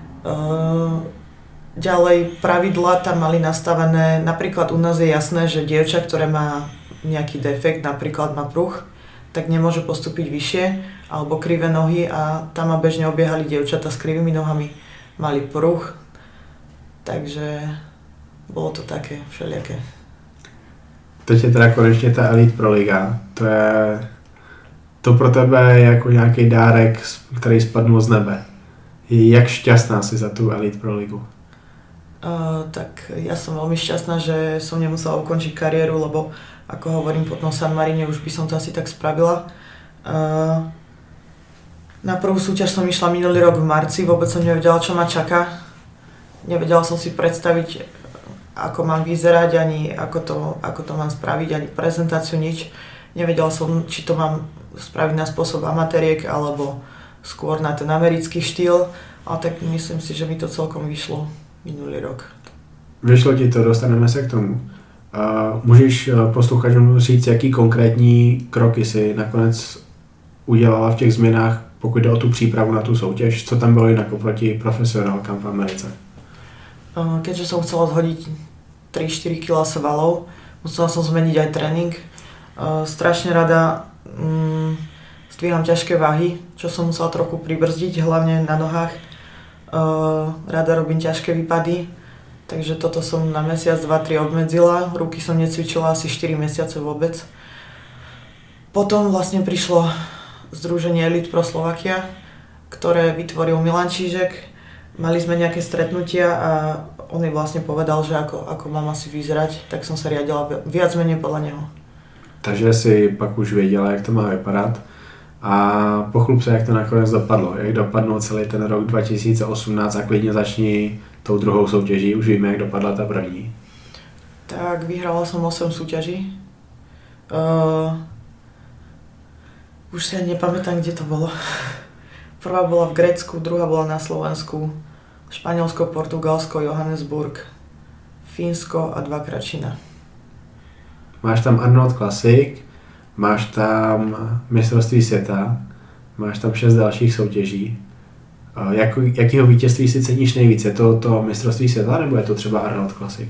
Ďalej pravidlá tam mali nastavené, napríklad u nás je jasné, že dievča, ktoré má nejaký defekt, napríklad má pruch, tak nemôže postúpiť vyššie alebo krivé nohy a tam ma bežne obiehali dievčatá s krivými nohami, mali pruch, takže bylo to také všelijaké. Teď je teda konečně ta Elite Pro Liga. To pro tebe je jako nějaký dárek, který spadnul z nebe. Jak šťastná si za tu Elite Pro Ligu? Tak ja som veľmi šťastná, že som nemusela ukončiť kariéru, lebo ako hovorím, potom v San Marine už by som to asi tak spravila. Na prvú súťaž som išla minulý rok v marci, vôbec som nevedela, čo ma čaká. Nevedela som si predstaviť, ako mám vyzerať, ani ako to mám spraviť, ani prezentáciu, nič. Nevedela som, či to mám spraviť na spôsob amatériek, alebo skôr na ten americký štýl, ale tak myslím si, že mi to celkom vyšlo minulý rok. Vyšlo ti to, dostaneme se k tomu. Můžeš posluchačům říct, jaký konkrétní kroky si nakonec udělala v těch změnách, pokud jde o tu přípravu na tu soutěž? Co tam bylo jinak oproti profesionálkám v Americe? Keďže som chcela zhodiť 3-4 kg svalov, musela som zmeniť aj tréning. Strašne rada zdvíham ťažké váhy, čo som musela trochu pribrzdiť, hlavne na nohách. Rada robím ťažké výpady, takže toto som na mesiac, 2-3 obmedzila. Ruky som necvičila asi 4 mesiace vôbec. Potom vlastne prišlo združenie Elite Pro Slovakia, ktoré vytvoril Milan Čížek. Mali sme nejaké stretnutia a on mi vlastne povedal, že ako mám asi vyzerať, tak som sa riadila viac menej podľa neho. Takže si pak už věděla, jak to má vypadat a pochlup se, jak to nakonec dopadlo. Jak dopadnul celý ten rok 2018 a klidně začni tou druhou soutěží, už víme, jak dopadla ta první. Tak vyhrala som 8 súťaží. Už si ani nepamätám, kde to bolo. Prvá bola v Grécku, druhá bola na Slovensku, Španielsko, Portugalsko, Johannesburg, Fínsko a 2-krát Čína. Máš tam Arnold Classic, máš tam mistrovství světa, máš tam 6 dalších soutěží. Jakého vítězství si ceníš nejvíc? Je to mistrovství světa nebo je to třeba Arnold Classic?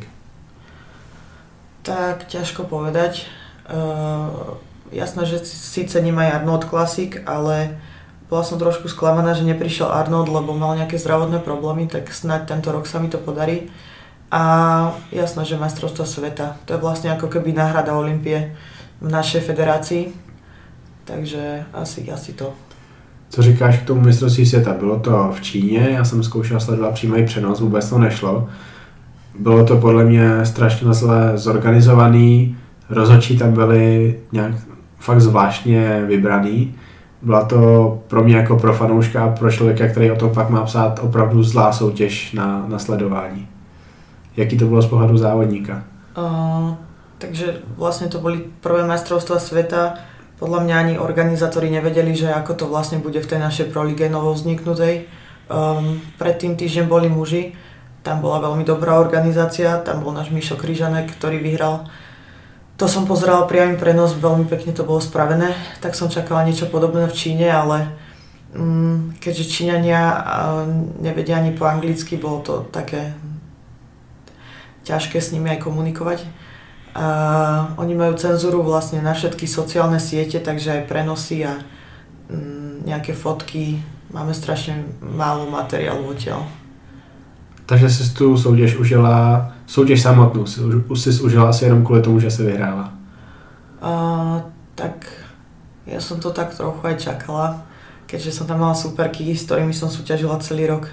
Tak ťažko povedať. Jasné, že si cením aj Arnold Classic, ale bola som trošku sklamaná, že neprišiel Arnold, lebo mal nejaké zdravotné problémy, tak snáď tento rok sa mi to podarí. A jasné, že majstrovstvo sveta, to je vlastne ako keby náhrada Olympie v našej federácii, takže asi to. Co říkáš k tomu mistrovství světa? Bylo to v Číně, já jsem zkoušel sledovat přímý přenos, vůbec to nešlo. Bylo to podle mě strašně zle zorganizovaný, rozhodčí tam byli nějak fakt zvláštně vybraný. Byla to pro mě jako pro fanouška a pro člověka, který o tom pak má psát, opravdu zlá soutěž na sledování. Jaký to bylo z pohledu závodníka? Takže vlastne to boli prvé majstrovstvá sveta. Podľa mňa ani organizátori nevedeli, že ako to vlastne bude v tej našej Pro Lige novovzniknutej. Predtým týždeň boli muži tam bola veľmi dobrá organizácia, tam bol náš Mišo Kryžanek, ktorý vyhral. To som pozerala priamy prenos, veľmi pekne to bolo spravené, tak som čakala niečo podobné v Číne, ale keďže Číňania nevedia ani po anglicky, bolo to také ťažké s nimi aj komunikovať. Oni majú cenzúru vlastne na všetky sociálne siete, takže aj prenosy a nejaké fotky, máme strašne málo materiálu odtiaľ. Takže jsi tu soutěž užila, soutěž samotnou, jsi užila asi jenom kvůli tomu, že se vyhrála? Tak ja som to tak trochu aj čakala, keďže som tam mala superky, s ktorými som súťažila celý rok.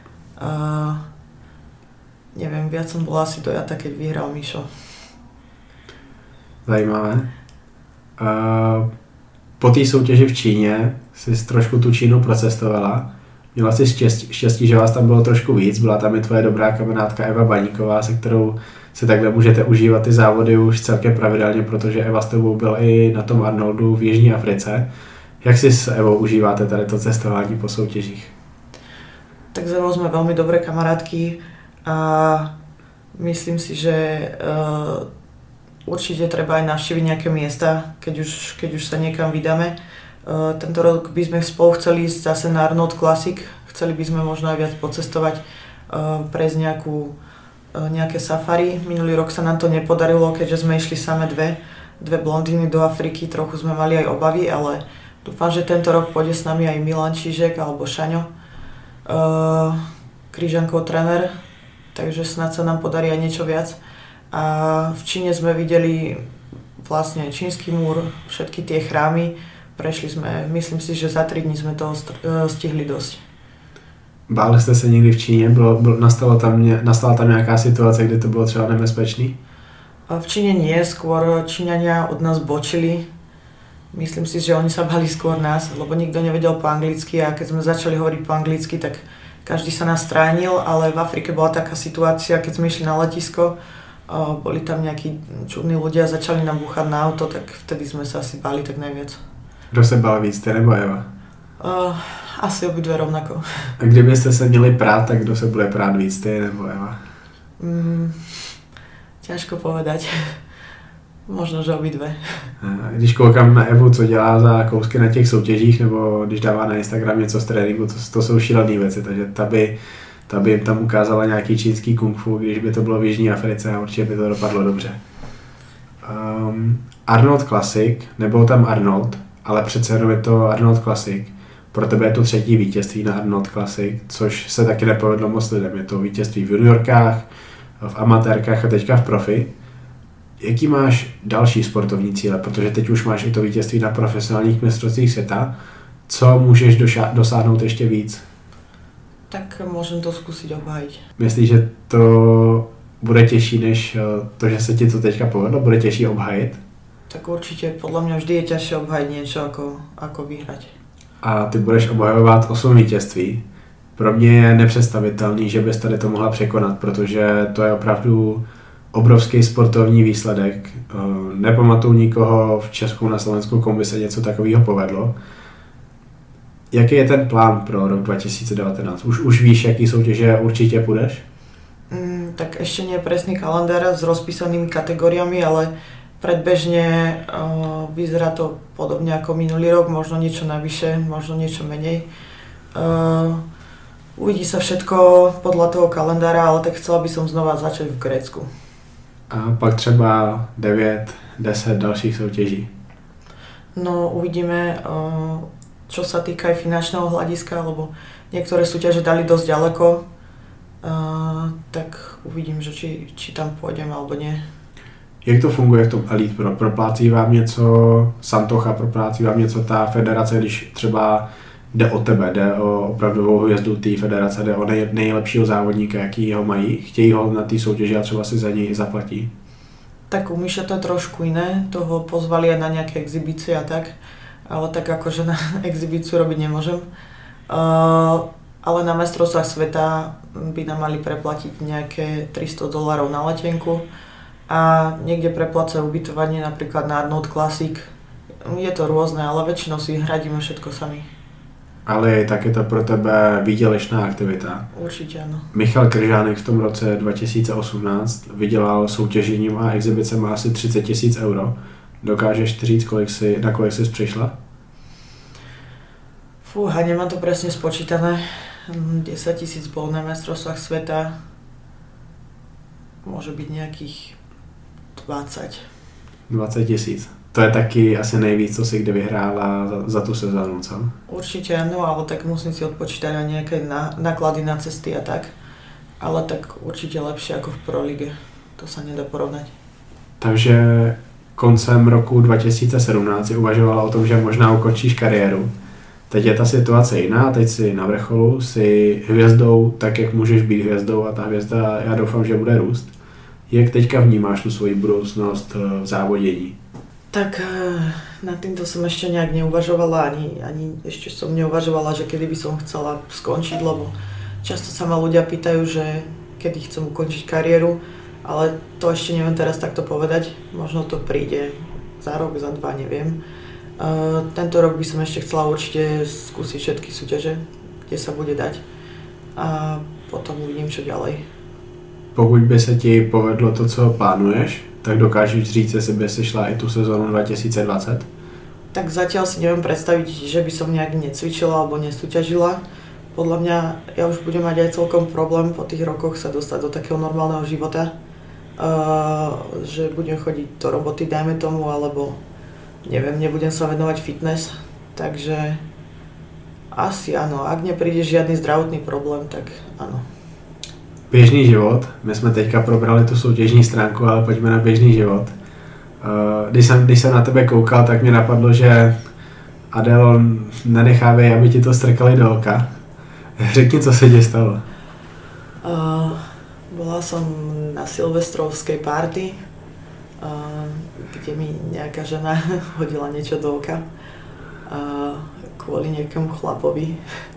Neviem, viac som bola asi dojata, keď vyhral Mišo. Zajímavé. Po té soutěži v Číně jsi trošku tu Čínu procestovala. Měla jsi štěstí, že vás tam bylo trošku víc. Byla tam i tvoje dobrá kamarádka Eva Baníková, se kterou si takhle můžete užívat ty závody už celkem pravidelně, protože Eva s tebou byla i na tom Arnoldu v Jižní Africe. Jak si s Evou užíváte tady to cestování po soutěžích? Tak s Evou sme veľmi dobré kamarátky a myslím si, že určite treba aj navštíviť nejaké miesta, keď už sa niekam vydáme. Tento rok by sme spolu chceli ísť zase na Arnold Classic, chceli by sme možno aj viac pocestovať, prejsť nejaké safari. Minulý rok sa nám to nepodarilo, keďže sme išli same dve blondíny do Afriky, trochu sme mali aj obavy, ale dúfam, že tento rok pôjde s nami aj Milan Čížek alebo Šaňo, Kryžankov tréner, takže snad sa nám podarí aj niečo viac. A v Číne sme videli vlastne Čínsky múr, všetky tie chrámy, prešli sme, myslím si, že za 3 dní sme toho stihli dosť. Báli jste se někdy v Číně? Nastala tam nějaká situace, kde to bylo třeba nebezpečný? V Číne nie, skôr Číňania od nás bočili. Myslím si, že oni sa bali skôr nás, lebo nikto nevedel po anglicky a keď sme začali hovoriť po anglicky, tak každý sa nás stránil, ale v Afrike bola taká situácia, keď sme išli na letisko, boli tam nejakí čudní ľudia a začali nám búchať na auto, tak vtedy sme sa asi báli tak najviac. Kdo se bál víc, ty nebo Eva? Asi obidve rovnako. A kdybyste se měli prát, tak kdo se bude prát víc, ty nebo Eva? Ťažko povedať. Možno, že obidve. Když koukám na Evu, co dělá za kousky na těch soutěžích, nebo když dává na Instagram něco z tréninku, to jsou šílené věci, takže ta by jim tam ukázala nějaký čínský kung fu, když by to bylo v Jižní Africe a určitě by to dopadlo dobře. Arnold Classic, nebyl tam Arnold, ale přece jenom je to Arnold Classic. Pro tebe je to 3. vítězství na Arnold Classic, což se taky nepovedlo moc lidem. Je to vítězství v juniorkách, v amatérkách a teďka v profi. Jaký máš další sportovní cíle? Protože teď už máš i to vítězství na profesionálních mistrovstvích světa. Co můžeš dosáhnout ještě víc? Tak môžem to skúsiť obhájiť. Myslíš, že to bude těžší než to, že se ti to teďka povedlo? Bude těžší obhájit? Tak určite, podľa mňa vždy je ťažšie obhájiť niečo ako vyhrať. A ty budeš obhajovat 8 vítězství. Pro mě je nepředstavitelný, že bys tady to mohla překonat, protože to je opravdu obrovský sportovní výsledek. Nepamatuju nikoho v Česku, na Slovensku, komu by se něco takového povedlo. Jaký je ten plán pro rok 2019? Už víš, jaký soutěže určitě půjdeš? Tak ešte nie je presný kalendár s rozpísanými kategóriami, ale predbežne vyzerá to podobne ako minulý rok, možno niečo navyše, možno niečo menej. Uvidí sa všetko podľa toho kalendára, ale tak chcela by som znova začať v Grécku. A pak třeba 9, 10 dalších soutěží? No uvidíme, čo sa týka aj finančného hľadiska, lebo niektoré súťaže dali dosť ďaleko, tak uvidím, že či tam pôjdem alebo nie. Jak to funguje v tom Elite Pro? Proplácí vám něco Santocha, proplácí vám něco ta federace, když třeba jde o tebe, jde o opravdovou hvězdu té federace, jde o nejlepšího závodníka, jaký ho mají, chtějí ho na té soutěži a třeba si za něj zaplatí? Tak u Míša to je trošku iné, toho pozvali aj na nejaké exibície a tak, ale tak akože na exibíciu robiť nemôžem. Ale na mestrovstvách sveta by nám mali preplatiť nejaké $300 na letenku a niekde preplácajú ubytovanie, napríklad na Arnold Classic. Je to rôzne, ale väčšinou si hradíme všetko sami. ale tak je to pro tebe výdělečná aktivita. Určitě ano. Michal Kryžánek v tom roce 2018 vydělal soutěžením a exhibicemi asi 30 000 euro. Dokážeš říct, na kolik jsi přišla? Fúha, nemám to presne spočítané. 10 000 bol na mestrovstvách sveta. Môže byť nejakých 20. 20 000. To je taky asi nejvíc, co si kdy vyhrála za tu sezónu, co? Určite áno, ale tak musím si odpočítať aj nejaké náklady na cesty a tak. Ale tak určite lepšie ako v Pro lige. To sa nedá porovnať. Takže koncem roku 2017 si uvažovala o tom, že možná ukončíš kariéru. Teď je ta situace jiná, teď si na vrcholu, si hvězdou tak, jak můžeš být hvězdou a ta hvězda, já doufám, že bude růst. Jak teďka vnímáš tu svoji budoucnost v závodění? Tak nad týmto som ešte nejak neuvažovala, ani ešte som neuvažovala, že kedy by som chcela skončiť, lebo často sa ma ľudia pýtajú, že kedy chcem ukončiť kariéru, ale to ešte neviem teraz takto povedať, možno to príde za rok, za dva, neviem. Tento rok by som ešte chcela určite skúsiť všetky súťaže, kde sa bude dať a potom uvidím, čo ďalej. Pokud by se ti povedlo to, co plánuješ, tak dokážeš říct, jestli by si šla i tu sezónu 2020? Tak zatiaľ si neviem predstaviť, že by som nejak necvičila alebo nesúťažila. Podľa mňa ja už budem mať aj celkom problém po tých rokoch sa dostať do takého normálneho života. Že budem chodiť do roboty, dajme tomu, alebo neviem, nebudem sa venovať fitness. Takže asi áno, ak nepríde žiadny zdravotný problém, tak áno. Běžný život. My jsme teďka probrali tu soutěžní stránku, ale pojďme na běžný život. Když jsem na tebe koukal, tak mě napadlo, že Adélo, nenechávej, aby ti to strkali do oka. Řekni, co se ti stalo. Bola som na silvestrovskej party, kde mi nejaká žena hodila niečo do oka kvôli nejakému chlapovi.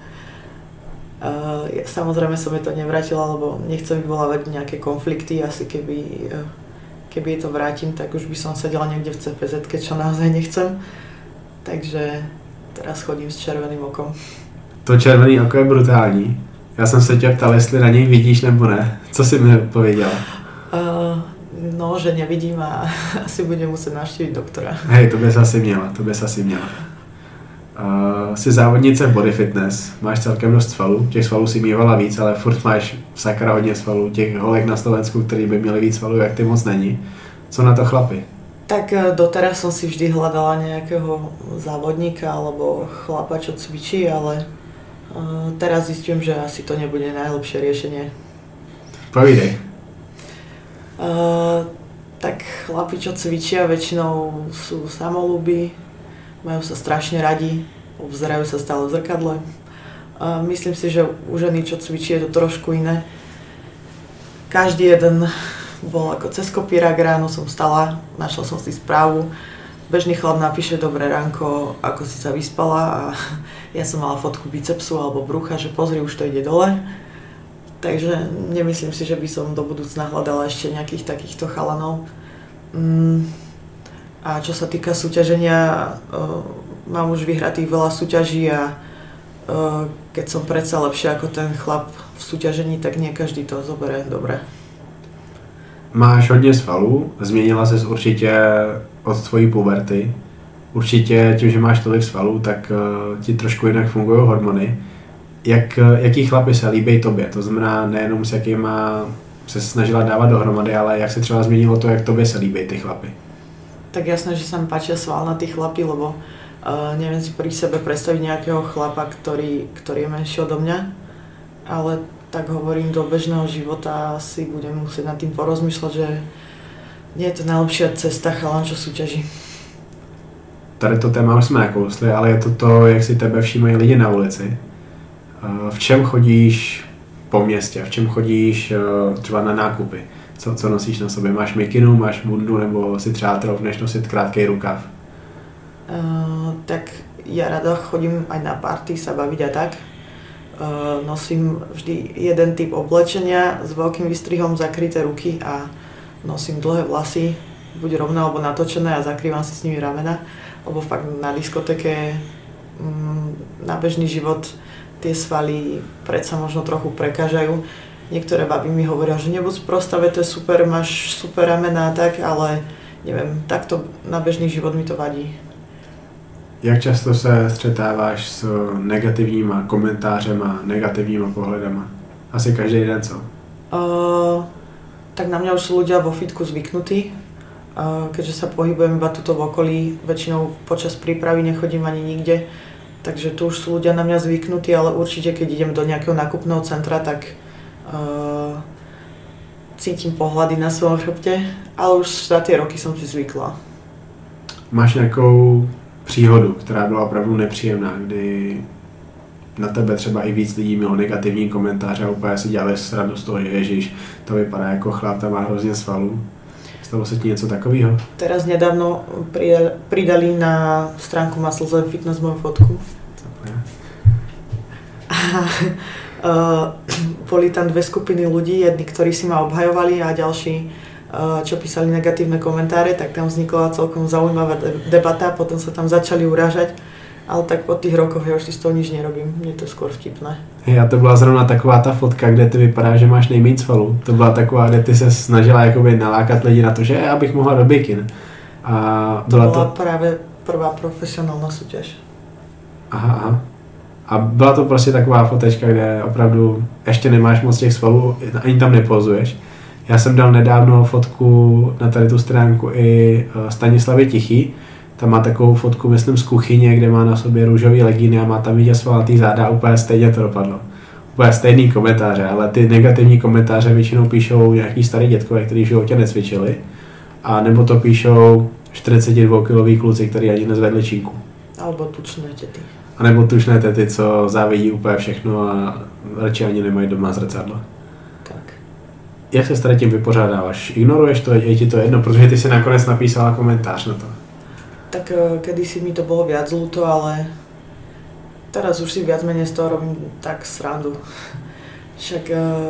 Samozrejme som mi to nevrátila, lebo nechcem vyvolávať nejaké konflikty. Asi keby jej to vrátim, tak už by som sedela niekde v CPZ-ke, čo naozaj nechcem. Takže teraz chodím s červeným okom. To červený oko je brutální. Já jsem se tě ptal, jestli na něj vidíš nebo ne. Co jsi mi odpověděla? No, že nevidím a asi budem muset navštíviť doktora. Hej, to bys asi měla. Jsi závodnice v body fitness, máš celkem dost svalů, těch svalů si mývala víc, ale furt máš sakra hodně svalů, těch holek na Slovensku, který by měli víc svalů, jak ty moc není. Co na to chlapi? Tak doteraz som si vždy hľadala nejakého závodníka alebo chlapa, čo cvičí, ale teraz zistím, že asi to nebude najlepšie riešenie. Povídej. Tak chlapi, čo cvičia, väčšinou sú samolúbi, majú sa strašne radi, obzerajú sa stále v zrkadle. Myslím si, že u ženy, čo cvičí, je to trošku iné. Každý jeden bol ako cez kopírák, ráno som vstala, našla som si správu. Bežný chlap napíše dobré ránko, ako si sa vyspala a ja som mala fotku bicepsu alebo brucha, že pozri, už to ide dole. Takže nemyslím si, že by som do budúcna hľadala ešte nejakých takýchto chalanov. A čo sa týka súťaženia, mám už vyhratých veľa súťaží a keď som predsa lepšia ako ten chlap v súťažení, tak nie každý to zoberie dobre. Máš hodně svalů, změnila ses určitě od tvojí puberty. Určitě tím, že máš tolik svalů, tak ti trošku jinak fungují hormony. Jaký chlapy se líbí tobě? To znamená nejenom s jakýma se snažila dávat dohromady, ale jak se třeba změnilo to, jak tobě se líbí ty chlapy? Tak jasné, že sa mi páčia svalnatí chlapi, lebo neviem si pri sebe predstaviť nejakého chlapa, ktorý je menší odo mňa, ale tak hovorím, do bežného života si budem musieť nad tým porozmýšľať, že nie je to najlepšia cesta chalan, čo súťaží. Tady to téma už jsme nakousli, ale je to, jak si tebe všímají lidi na ulici. V čem chodíš po městě, v čem chodíš třeba na nákupy? Co nosíš na sobě? Máš mikinu, máš bundu, nebo si třeba troufneš nosit krátký rukav? Tak ja rada chodím aj na party sa baviť a tak. Nosím vždy jeden typ oblečenia s veľkým výstrihom, zakryté ruky a nosím dlhé vlasy, buď rovné alebo natočené a zakrývam si s nimi ramena, lebo fakt na diskotéke na bežný život tie svaly predsa možno trochu prekážajú. Niektoré baby mi hovoria, že nebuď sprostá, to je super, máš super ramená a tak, ale neviem, takto na bežný život mi to vadí. Jak často se střetáváš s negativníma komentářema, negativníma pohledama? Asi každý den, co? Tak na mňa už sú ľudia vo fitku zvyknutí. Keďže sa pohybujem iba tuto v okolí, väčšinou počas prípravy nechodím ani nikde, takže tu už sú ľudia na mňa zvyknutí, ale určite keď idem do nejakého nákupného centra, tak cítim pohľady na svojom chrbte, ale už za tie roky som si zvykla. Máš nějakou příhodu, která byla opravdu nepříjemná, kdy na tebe třeba i víc lidí mělo negativní komentáře a úplně si dělali srandu z toho, že ježiš, to vypadá jako chlap, tam má hrozně svalů. Stalo se ti něco takového? Teraz nedávno pridali na stránku Muscle and Fitness moju fotku. Boli tam dve skupiny ľudí, jedni, ktorí si ma obhajovali a ďalší, čo písali negatívne komentáre, tak tam vznikla celkom zaujímavá debata, potom sa tam začali urážať, ale tak po tých rokoch ja už si z toho nič nerobím, mne to skôr vtipné. A to byla zrovna taková ta fotka, kde ty vypadá, že máš nejméně svalů. To byla taková, kde ty se snažila jakoby nalákat lidi na to, že já bych mohla do bikin. A to bola práve prvá profesionálna súťaž. Aha. A byla to prostě taková fotečka, kde opravdu ještě nemáš moc těch svalů, ani tam nepozuješ. Já jsem dal nedávno fotku na tady tu stránku i Stanislavy Tichý. Tam má takovou fotku, myslím, z kuchyně, kde má na sobě růžový legíny a má tam vidět svalatý záda a úplně stejně to dopadlo. Úplně stejný komentáře, ale ty negativní komentáře většinou píšou nějaký starý dětkové, kteří v životě necvičili. A nebo to píšou 42-kiloví kluci, kteří ani nezvedli čínku. Alebo tučné tety. A nebo tučné tety, co závidí úplně všechno a radši ani nemají doma zrcadlo. Tak. Jak se s tady tím vypořádáváš? Ignoruješ to, je ti to jedno, protože ty si nakonec napísala komentář na to. Tak kedysi mi to bolo viac ľúto, ale teraz už si viac menej z toho robím tak srandu. Však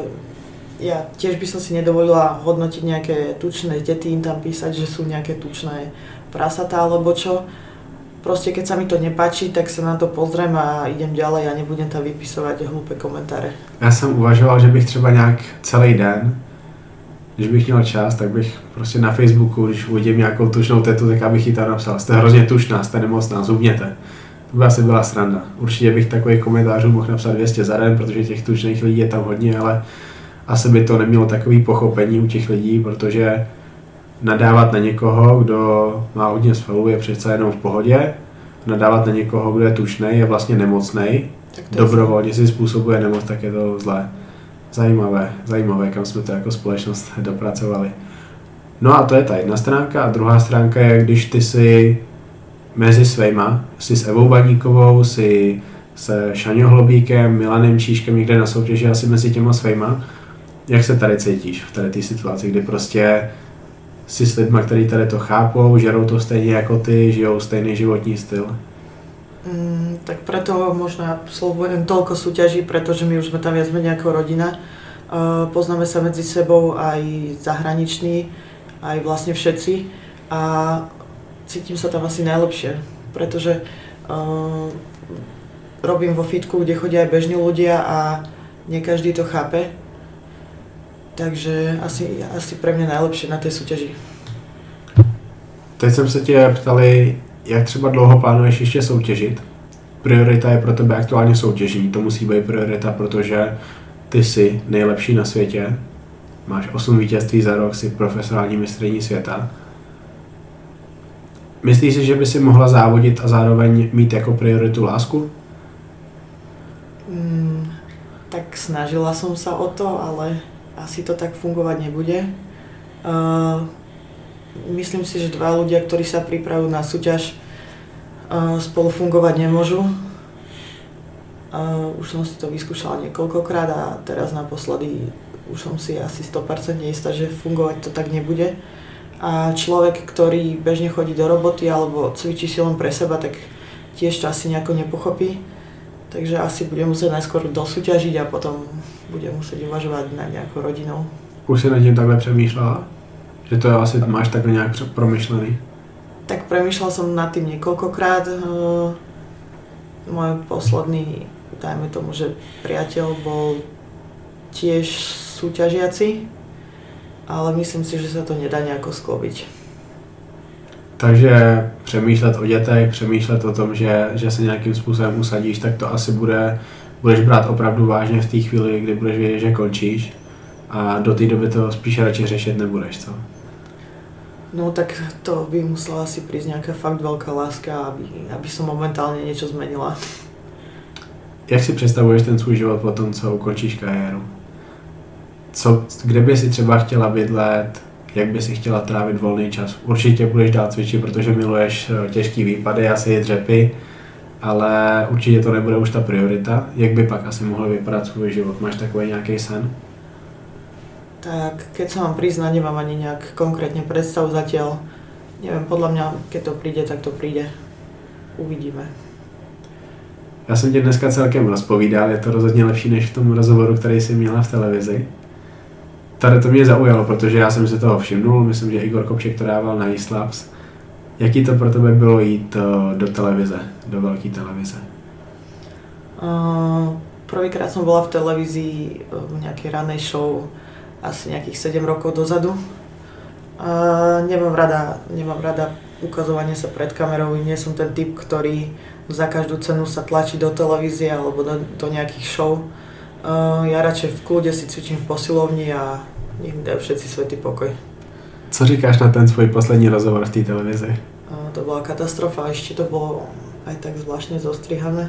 ja tiež by som si nedovolila hodnotiť nejaké tučné deti, im tam písať, že sú nejaké tučné prasatá alebo čo. Proste keď sa mi to nepáči, tak sa na to pozriem a idem ďalej a nebudem tam vypisovať hlúpe komentáře. Já jsem uvažoval, že bych třeba nějak celý den, když bych měl čas, tak bych prostě na Facebooku, když uvidím nějakou tučnou tetu, tak abych jí tam napsal, jste hrozně tučná, jste nemocná, zhubněte. To by asi byla sranda. Určitě bych takových komentářů mohl napsat 200 za den, protože těch tučných lidí je tam hodně, ale asi by to nemělo takový pochopení u těch lidí, protože nadávat na někoho, kdo má hodně svalů, je přece jenom v pohodě. Nadávat na někoho, kdo je tučnej, je vlastně nemocnej. Dobrovolně si způsobuje nemoc, tak je to zlé. Zajímavé, kam jsme to jako společnost dopracovali. No a to je ta jedna stránka a druhá stránka je, když ty si mezi svejma, si s Evou Baníkovou, si se Šaňou Hlobíkem, Milanem Číškem někde na soutěži, asi mezi těma svejma. Jak se tady cítíš v tady té situaci, kdy prostě si s lidma, kteří tady to chápou, žerou to stejně jako ty, žijou stejný životní styl? Tak preto možno absolvujem toľko súťaží, pretože my už sme tam viac menej ako rodina. Poznáme sa medzi sebou aj zahraniční, aj vlastne všetci a cítim sa tam asi najlepšie, pretože robím vo fitku, kde chodia aj bežní ľudia a nie každý to chápe. Takže asi pre mňa najlepšie na tej súťaži. Teď jsem se tě ptali, jak třeba dlouho plánuješ ještě soutěžit? Priorita je pro tebe aktuálně soutěžení, to musí být priorita, protože ty jsi nejlepší na světě, máš 8 vítězství za rok, jsi profesionální mistryní světa. Myslíš si, že by si mohla závodit a zároveň mít jako prioritu lásku? Tak snažila som sa o to, ale asi to tak fungovať nebude. Myslím si, že dva ľudia, ktorí sa pripravujú na súťaž, spolu fungovať nemôžu. Už som si to vyskúšala niekoľkokrát a teraz naposledy už som si asi 100% istá, že fungovať to tak nebude. A človek, ktorý bežne chodí do roboty alebo cvičí si len pre seba, tak tiež to asi nejako nepochopí. Takže asi budem musieť najskôr dosúťažiť a potom budem musieť uvažovať nad nejakou rodinou. Už si nad tím takhle přemýšlela? Že to asi máš takhle nějak promyšlený? Tak premýšľala som nad tým niekoľkokrát. Môj posledný, dajme tomu, že priateľ bol tiež súťažiaci, ale myslím si, že sa to nedá nejako sklobiť. Takže přemýšlet o dětech, přemýšlet o tom, že se nějakým způsobem usadíš, tak to asi budeš brát opravdu vážně v té chvíli, kdy budeš vědět, že končíš, a do té doby to spíš radši řešit nebudeš, co? No tak to by musela asi prísť nejaká fakt veľká láska, aby som momentálne niečo zmenila. Jak si představuješ ten svůj život po tom, co ukončíš kariéru? Kde by si třeba chtěla bydlet, jak by si chtěla trávit volný čas? Určitě budeš dál cvičit, protože miluješ těžký výpady, asi i dřepy, ale určitě to nebude už ta priorita. Jak by pak asi mohl vypadat svůj život? Máš takový nějaký sen? Tak keď sa mám priznať, nemám ani nejak konkrétne predstavu zatiaľ. Neviem, podľa mňa, keď to príde, tak to príde. Uvidíme. Já jsem tě dneska celkem rozpovídal, je to rozhodně lepší než v tom rozhovoru, který jsi měla v televizi. Tady to mě zaujalo, protože já jsem si toho všimnul, myslím, že Igor Kopček to dával na eSlabs. Jaký to pro tebe bylo jít do televize, do velké televize? Prvýkrát som bola v televízii v nejakej ranej show asi nejakých 7 rokov dozadu. Nemám rada ukazovanie sa pred kamerou, nie som ten typ, ktorý za každú cenu sa tlačí do televízie alebo do nejakých show. Ja radšej v kľude si cvičím v posilovni a nech mi dajú všetci svätý pokoj. Co říkáš na ten svůj poslední rozhovor v té televizi? To bola katastrofa, ešte to bolo aj tak zvláštne zostrihané.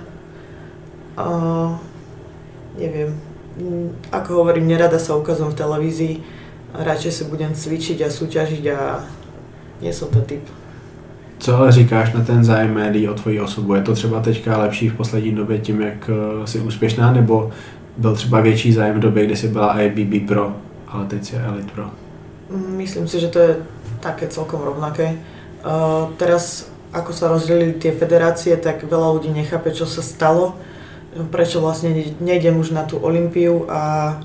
Neviem, ako hovorím, nerada sa ukazujem v televízii, radšej si budem cvičiť a súťažiť a nie som ten typ. Co ale říkáš na ten zájem médií o tvoji osobu? Je to třeba teďka lepší v poslední době tím, jak jsi úspěšná, nebo byl třeba větší zájem v době, kdy jsi byla IBB Pro, ale teď si Elite Pro? Myslím si, že to je také celkom rovnaké. Teraz, ako sa rozdelili tie federácie, tak veľa ľudí nechápe, čo sa stalo, prečo vlastne nejdem už na tú Olympiu a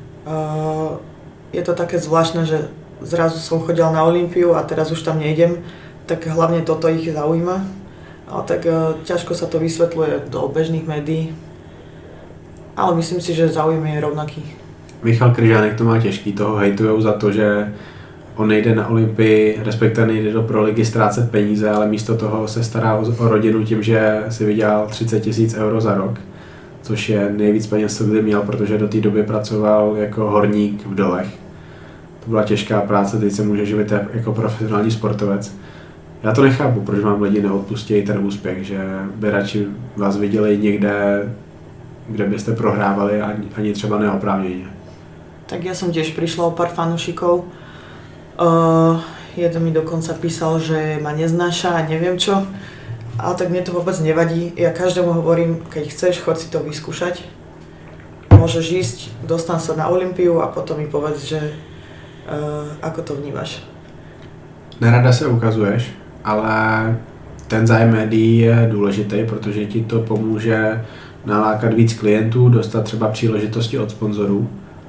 je to také zvláštne, že zrazu som chodila na Olympiu a teraz už tam nejdem, tak hlavne toto ich zaujíma. Ale tak ťažko sa to vysvetľuje do bežných médií, ale myslím si, že záujem je rovnaký. Michal Kryžánek to má těžký, toho hejtujou za to, že on nejde na Olympii, respektive nejde do Proligy ztrácet peníze, ale místo toho se stará o rodinu tím, že si vydělal 30 000 euro za rok, což je nejvíc peněz, co kdy měl, protože do té doby pracoval jako horník v dolech. To byla těžká práce, teď se může živit jako profesionální sportovec. Já to nechápu, proč vám lidi neodpustí ten úspěch, že by radši vás viděli někde, kde byste prohrávali, ani třeba neoprávněně. Tak ja som tiež prišla o pár fanúšikov. Jeden mi dokonca písal, že ma neznáša a neviem čo. Ale tak mne to vôbec nevadí. Ja každému hovorím, keď chceš, chod si to vyskúšať. Môžeš ísť, dostan sa na Olympiu a potom mi povedz, že ako to vnímaš. Nerada se ukazuješ, ale ten zájem médií je důležitý, protože ti to pomůže nalákat víc klientů, dostat třeba příležitosti od sponzorů.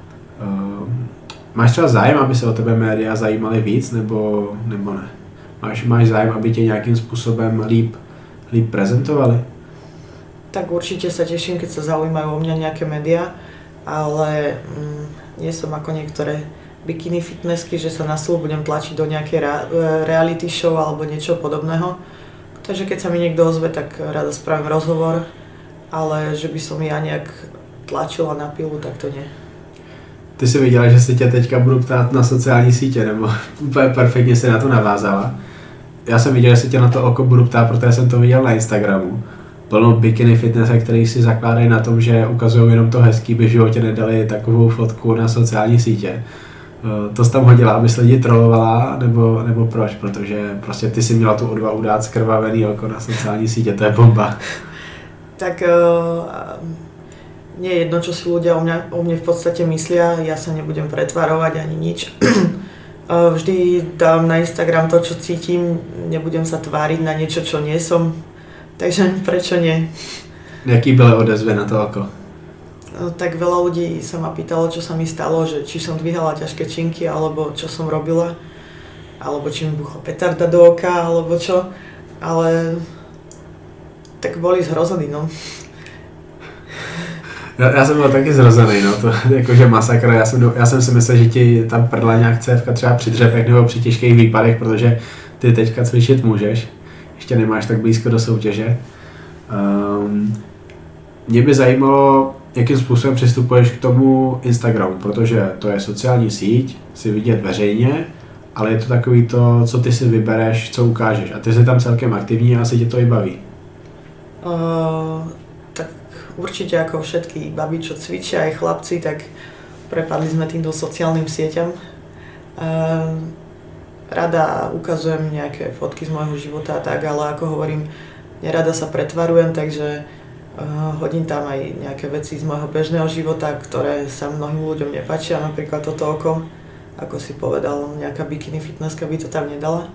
Máš třeba zájem, aby se o tebe média zajímaly víc, nebo ne? Máš zájem, aby tě nějakým způsobem líp prezentovali? Tak určite sa teším, keď sa zaujímajú o mňa nejaké médiá, ale nie som ako niektoré bikini fitnessky, že sa na silu budem tlačiť do nejakej reality show alebo niečo podobného. Takže keď sa mi niekto ozve, tak rada spravím rozhovor, ale že by som ja nejak tlačila na pilu, tak to nie. Ty jsi viděla, že se tě teďka budu ptát na sociální sítě, nebo úplně perfektně si na to navázala. Já jsem viděl, že se tě na to oko budu ptát, protože jsem to viděl na Instagramu. Plno bikini fitnesse, který si zakládají na tom, že ukazují jenom to hezký, by v životě nedali takovou fotku na sociální sítě. To jsi tam hodila, abys lidi trolovala, nebo proč? Protože prostě ty si měla tu odvahu dát skrvavený oko na sociální sítě, to je bomba. Tak nie je jedno, čo si ľudia o mne v podstate myslia, ja sa nebudem pretvarovať ani nič. Vždy dám na Instagram to, čo cítim, nebudem sa tváriť na niečo, čo nie som, takže prečo nie? Jaký byly odezvy na to oko? Tak veľa ľudí sa ma pýtalo, čo sa mi stalo, že či som dvíhala ťažké činky, alebo čo som robila, alebo či mi buchla petarda do oka, alebo čo, ale Tak boli zhrození, no. Já jsem byl taky zrozený, no, to jakože masakr. Já jsem si myslel, že ti tam prdla nějak cévka třeba při dřepech nebo při těžkých výpadech, protože ty teďka cvičit můžeš, ještě nemáš tak blízko do soutěže. Mě by zajímalo, jakým způsobem přistupuješ k tomu Instagramu, protože to je sociální síť, si vidět veřejně, ale je to takový to, co ty si vybereš, co ukážeš. A ty jsi tam celkem aktivní a asi tě to i baví. Tak určite ako všetky babi, čo cvičia, aj chlapci, tak prepadli sme týmto sociálnym sieťam. Rada ukazujem nejaké fotky z môjho života a tak, ale ako hovorím, nerada sa pretvarujem, takže hodím tam aj nejaké veci z môjho bežného života, ktoré sa mnohým ľuďom nepáčia, napríklad toto oko, ako si povedal, nejaká bikini fitnesska by to tam nedala.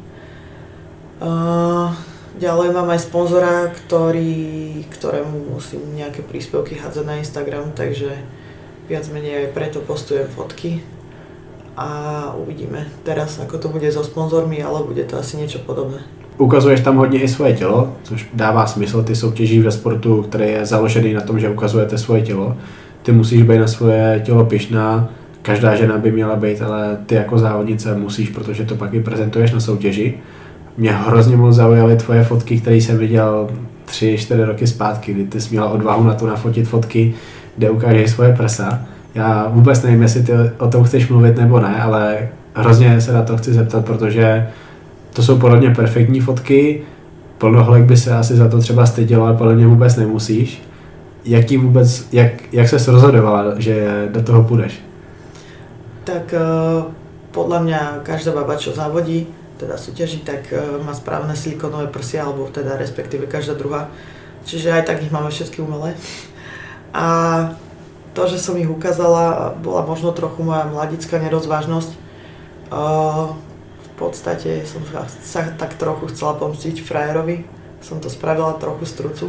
Ďalej mám aj sponzora, ktorému musím nejaké príspevky hádzať na Instagram, takže viac menej aj preto postujem fotky a uvidíme teraz, ako to bude so sponzormi, ale bude to asi niečo podobné. Ukazuješ tam hodně i svoje tělo, což dává smysl, ty soutěží ve sportu, který je založený na tom, že ukazujete svoje tělo. Ty musíš být na svoje tělo pyšná, každá žena by měla být, ale ty jako závodnice musíš, protože to pak i prezentuješ na soutěži. Mě hrozně moc zaujaly tvoje fotky, které jsem viděl 3-4 roky zpátky, kdy ty jsi měla odvahu na to nafotit fotky, kde ukážeš svoje prsa. Já vůbec nevím, jestli ty o tom chceš mluvit nebo ne, ale hrozně se na to chci zeptat, protože to jsou podle mě perfektní fotky, plnoholek by se asi za to třeba stydělo, ale podle mě vůbec nemusíš. Jak ses rozhodovala, že do toho půjdeš? Tak podľa mňa každá baba, čo závodí, teda súťaží, tak má správne silikonové prsia, alebo teda respektíve každá druhá. Čiže aj tak ich máme všetky umelé. A to, že som ich ukázala, bola možno trochu moja mladická nerozvážnosť. V podstate som sa tak trochu chcela pomstiť frajerovi. Som to spravila trochu z trucu.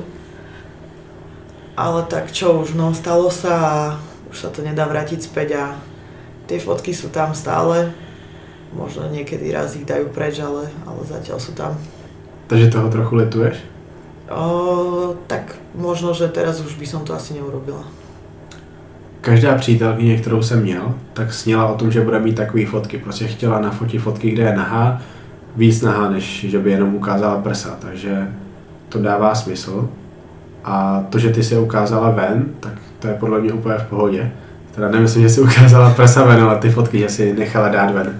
Ale tak čo už, no stalo sa a už sa to nedá vrátiť späť a tie fotky sú tam stále. Možno niekedy raz ich dajú preč, ale zatiaľ sú tam. Takže toho trochu lituješ? Tak možno, že teraz už by som to asi neurobila. Každá přítelkyně, kterou jsem měl, tak sněla o tom, že bude mít takové fotky. Prostě chtěla nafotit fotky, kde je nahá, víc nahá, než že by jenom ukázala prsa. Takže to dává smysl. A to, že ty si je ukázala ven, tak to je podle mě úplně v pohodě. Teda nemyslím, že si ukázala prsa ven, ale ty fotky, že si nechala dát ven.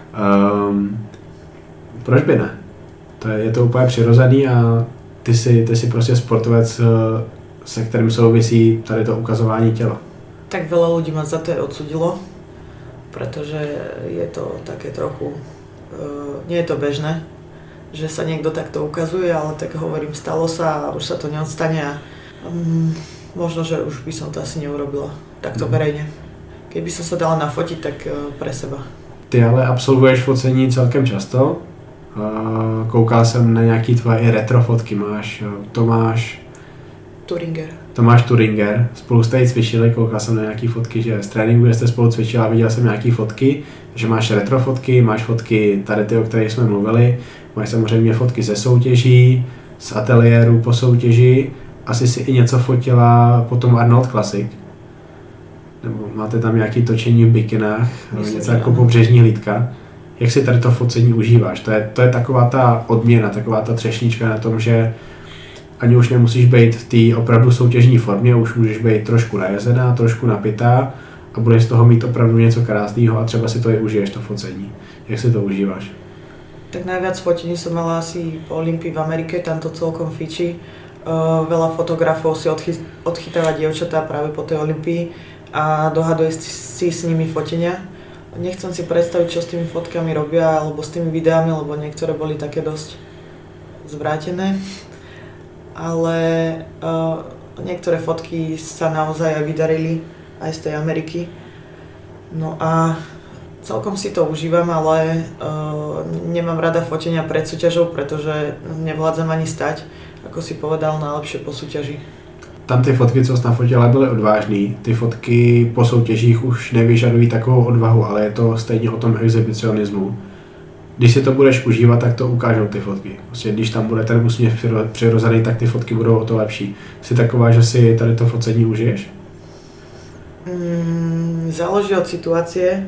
Proč by ne? Je to úplně přirozený a ty jsi prostě sportovec, se kterým souvisí tady to ukazování těla. Tak veľa ľudí ma za to aj odsudilo, pretože je to také trochu, nie je to bežné, že sa niekto takto ukazuje, ale tak hovorím, stalo sa a už sa to neodstane a možno, že už by som to asi neurobila takto verejne. Keby som sa dala nafotiť, tak pre seba. Ty ale absolvuješ focení celkem často. Koukal jsem na nějaký tvoje i retro fotky. Máš Tomáš Turinger. Spolu jste cvičili, koukal jsem na nějaký fotky, že z tréninku, že jste spolu cvičili, viděl jsem nějaký fotky, že máš retro fotky, máš fotky tady ty, o kterých jsme mluvili, máš samozřejmě fotky ze soutěží, z ateliéru po soutěži, asi si i něco fotila potom Arnold Classic. Nebo máte tam nějaké točení v bikinách, něco jako pobřežní hlídka. Jak si tady to focení užíváš? To je taková ta odměna, taková ta třešnička na tom, že ani už nemusíš být v té opravdu soutěžní formě, už můžeš být trošku najezená, trošku napitá a budeš z toho mít opravdu něco krásného a třeba si to i užiješ, to focení. Jak si to užíváš? Tak najviac fotení som mala asi po Olympii v Amerike, tam to celkom fičí. Veľa fotografov si odchytáva dievčatá práve po tej Olympii a dohaduje si s nimi fotenia. Nechcem si predstaviť, čo s tými fotkami robia alebo s tými videami, lebo niektoré boli také dosť zvrátené. Ale niektoré fotky sa naozaj aj vydarili aj z tej Ameriky. No a celkom si to užívam, ale nemám rada fotenia pred súťažou, pretože nevládzem ani stať, ako si povedal, najlepšie po súťaži. Tam ty fotky, co jsi nafotila, byly odvážný. Ty fotky po soutěžích už nevyžadují takovou odvahu, ale je to stejně o tom exhibicionismu. Když si to budeš užívat, tak to ukážou ty fotky. Prostě když tam bude ten úsměv přirozený, tak ty fotky budou o to lepší. Jsi taková, že si tady to focení užiješ? Záleží od situácie.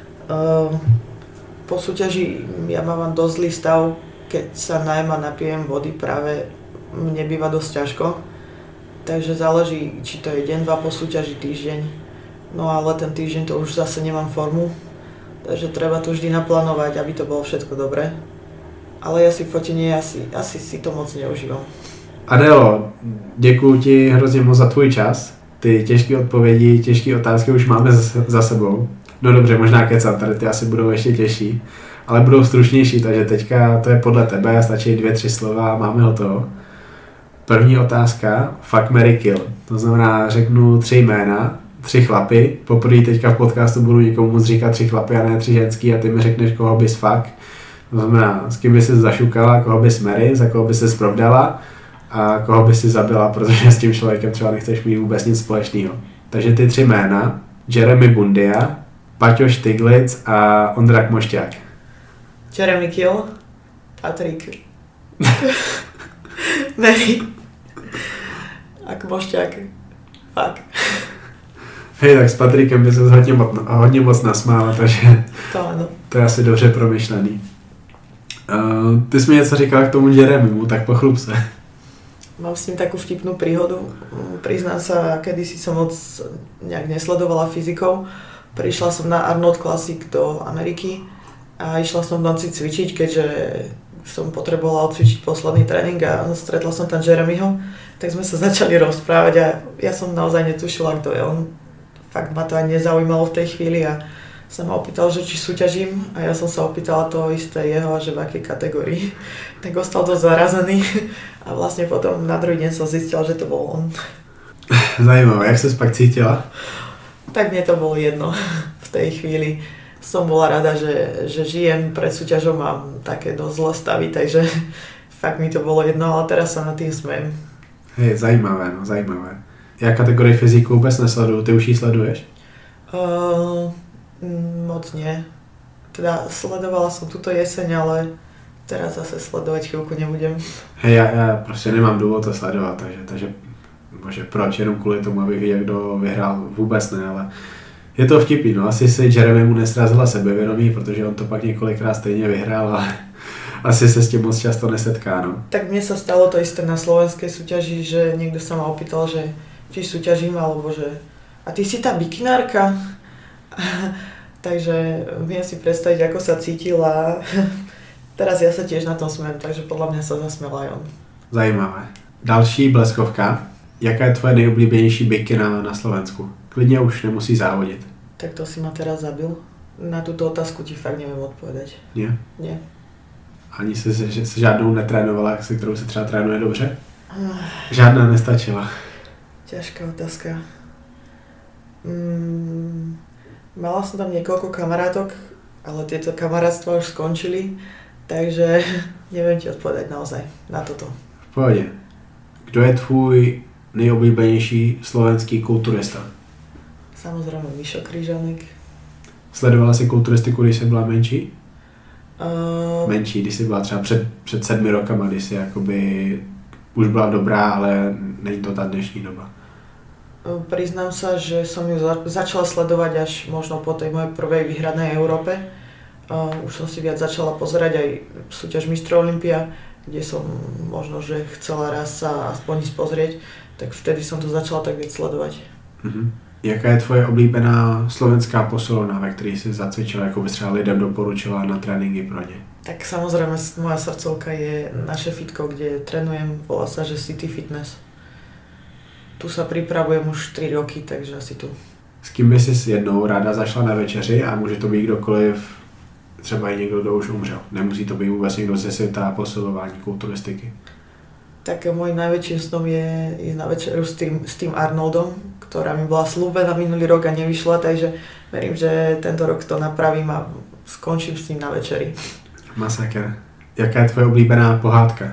Po súťaži ja mám dosť zlý stav, keď sa najem a napijem vody, práve mne býva dosť ťažko. Takže záleží, či to je deň, dva po súťaži, týždeň. No ale ten týždeň to už zase nemám formu. Takže treba to vždy naplánovať, aby to bolo všetko dobré. Ale ja si fotenie asi si to moc neužívam. Adélo, děkuji ti hrozně moc za tvůj čas. Ty těžké odpovědi, těžké otázky už máme za sebou. No dobře, možná kecam, tady ty asi budou ještě těžší, ale budou stručnější, takže teďka to je podle tebe, stačí 2-3 slova a máme hotovo. První otázka, fuck, marry, kill. To znamená, řeknu 3 jména, 3 chlapy. Poprvé teďka v podcastu budu někomu moc říkat 3 chlapy a ne 3 ženský a ty mi řekneš, koho bys fuck. To znamená, s kým bys se zašukala, koho bys marry, za koho bys se sprovdala a koho bys si zabila, protože s tím člověkem třeba nechceš mít vůbec nic společného. Takže ty 3 jména, Jeremy Bundia, Paťo Štiglic a Ondra Kmošťák. Jeremy Kill, Patrik, Mary a Kmošťák. Fuck. Hej, tak s Patrikem by se hodně moc nasmála, takže to je asi dobře promyšlený. Ty jsi mi něco říkala k tomu Jeremymu, tak pochlup se. Mám s ním takú vtipnú príhodu. Priznám sa, kedysi som moc nejak nesledovala fyzikov. Prišla som na Arnold Classic do Ameriky a išla som v noci cvičiť, keďže som potrebovala odcvičiť posledný tréning a stretla som tam Jeremyho. Tak sme sa začali rozprávať a ja som naozaj netušila, kto je on. Fakt ma to ani nezaujímalo v tej chvíli a sa ma opýtal, že či súťažím a ja som sa opýtala to isté jeho a že v akej kategórii. Tak ostal dosť zarazený a vlastne potom na druhý deň som zistila, že to bol on. Zajímavé, jak ses pak cítila? Tak mne to bolo jedno. V tej chvíli som bola rada, že žijem pred súťažou, mám také dosť zlé stavy, takže fakt mi to bolo jedno, ale teraz sa nad tým smejem. Hej, zajímavé, no, zajímavé. Já kategorii fyziku vůbec nesleduju, ty už ji sleduješ? Moc nie. Teda sledovala som túto jeseň, ale teraz zase sledovať chvíľku nebudem. Hej, já prostě nemám důvod to sledovat, takže bože, proč, jenom kvůli tomu, abych viděl, kdo vyhrál, vůbec ne, ale je to vtipný, no, asi si Jeremy mu nesrazila sebevědomí, protože on to pak několikrát stejně vyhrál, ale asi se s tím moc často nesetká, no. Tak mne sa stalo to isté na slovenskej súťaži, že niekto sa ma opýtal, že či súťažím, alebo že a ty si tá bikinárka? Takže viem si predstaviť, ako sa cítila. Teraz ja sa tiež na tom smiem, takže podľa mňa sa zasmiel aj on. Zajímavé. Další bleskovka. Jaká je tvoje nejoblíbenější bikina na Slovensku? Klidně už nemusí závodit. Tak to si ma teraz zabil. Na túto otázku ti fakt neviem odpovedať. Nie? Nie. Ani se žádnou netrénovala, se kterou se třeba trénuje dobře? Žádná nestačila. Ťažká otázka. Mala som tam niekoľko kamarátok, ale tieto kamarátstva už skončili, takže neviem ti odpovedať naozaj na toto. V pohodě. Kdo je tvůj nejoblíbenější slovenský kulturista? Samozrejme Mišo Kryžanek. Sledovala jsi kulturistiku, když jsi byla menší? Menší, když jsi byla třeba před 7 rokama, když jsi jakoby už byla dobrá, ale není to ta dnešní doba. Priznám sa, že som ju začala sledovať až možno po tej mojej prvej vyhranej Európe. Už som si viac začala pozerať aj súťaž Mistrov Olympia, kde som možno, že chcela raz sa aspoň ísť pozrieť, tak vtedy som to začala tak viac sledovať. Jaká je tvoje oblíbená slovenská posilovna, ve který jsi zacvičila, jako bys třeba lidem doporučila na tréninky pro ně? Tak samozrejme moja srdcovka je naše fitko, kde trénujem, volá sa, že City Fitness. Tu sa pripravujem už 3 roky, takže asi tu. S kým by si jednou ráda zašla na večeři a může to být kdokoliv, třeba i někdo, kdo už umřel. Nemusí to být vůbec někdo ze světa posilování, kulturistiky. Tak môj najväčším snom je ísť na večeru s tým Arnoldom, ktorá mi bola slúbená minulý rok a nevyšla, takže verím, že tento rok to napravím a skončím s ním na večeri. Masaker. Jaká je tvoje oblíbená pohádka?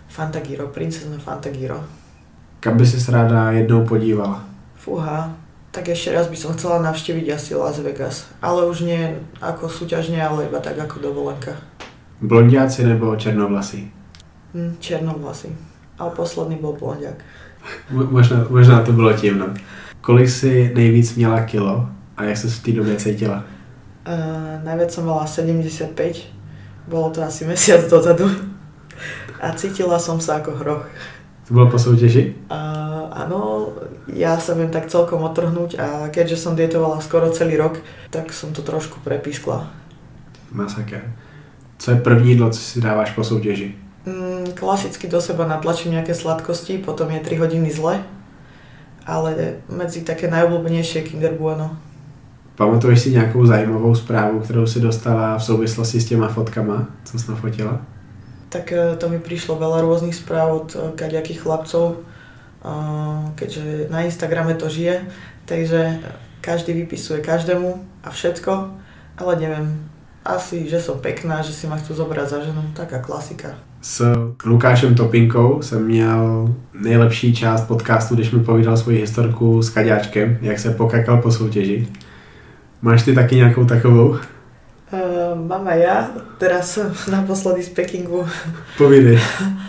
Fantagiro, princezna Fantagiro. Kam by si ráda jednou podívala? Fúha, Tak ešte raz by som chcela navštíviť asi Las Vegas, ale už nie ako súťažne, ale iba tak ako dovolenka. Blondiáci nebo černovlasí? Černovlasí. A posledný bol blondiák. Možná to bylo tím, no. Kolik si nejvíc měla kilo a jak se v té době cítila? Najviac som mala 75, bolo to asi mesiac dozadu a cítila som sa ako hroch. To bylo po soutěži? Áno, ja sa viem tak celkom otrhnúť a keďže som dietovala skoro celý rok, tak som to trošku prepískla. Masaker. Co je první jídlo, co si dáváš po soutěži? Klasicky do seba natlačím nejaké sladkosti, potom je 3 hodiny zle, ale medzi také najobľúbenejšie Kinder Bueno. Pamatuješ si nějakou zajímavou zprávu, kterou si dostala v souvislosti s těma fotkama, co jsi nafotila? Tak to mi prišlo veľa rôznych správ od kadejakých chlapcov, keďže na Instagrame to žije, takže každý vypisuje každému a všetko, ale neviem, asi, že som pekná, že si ma chcú zobrať za ženu, taká klasika. S Lukášem Topinkou jsem měl nejlepší část podcastu, když mi povídal svoji historku s kaďáčkem, jak se pokakal po soutěži. Máš ty taky nějakou takovou? Mám aj ja, teraz naposledy z Pekingu. Povídej.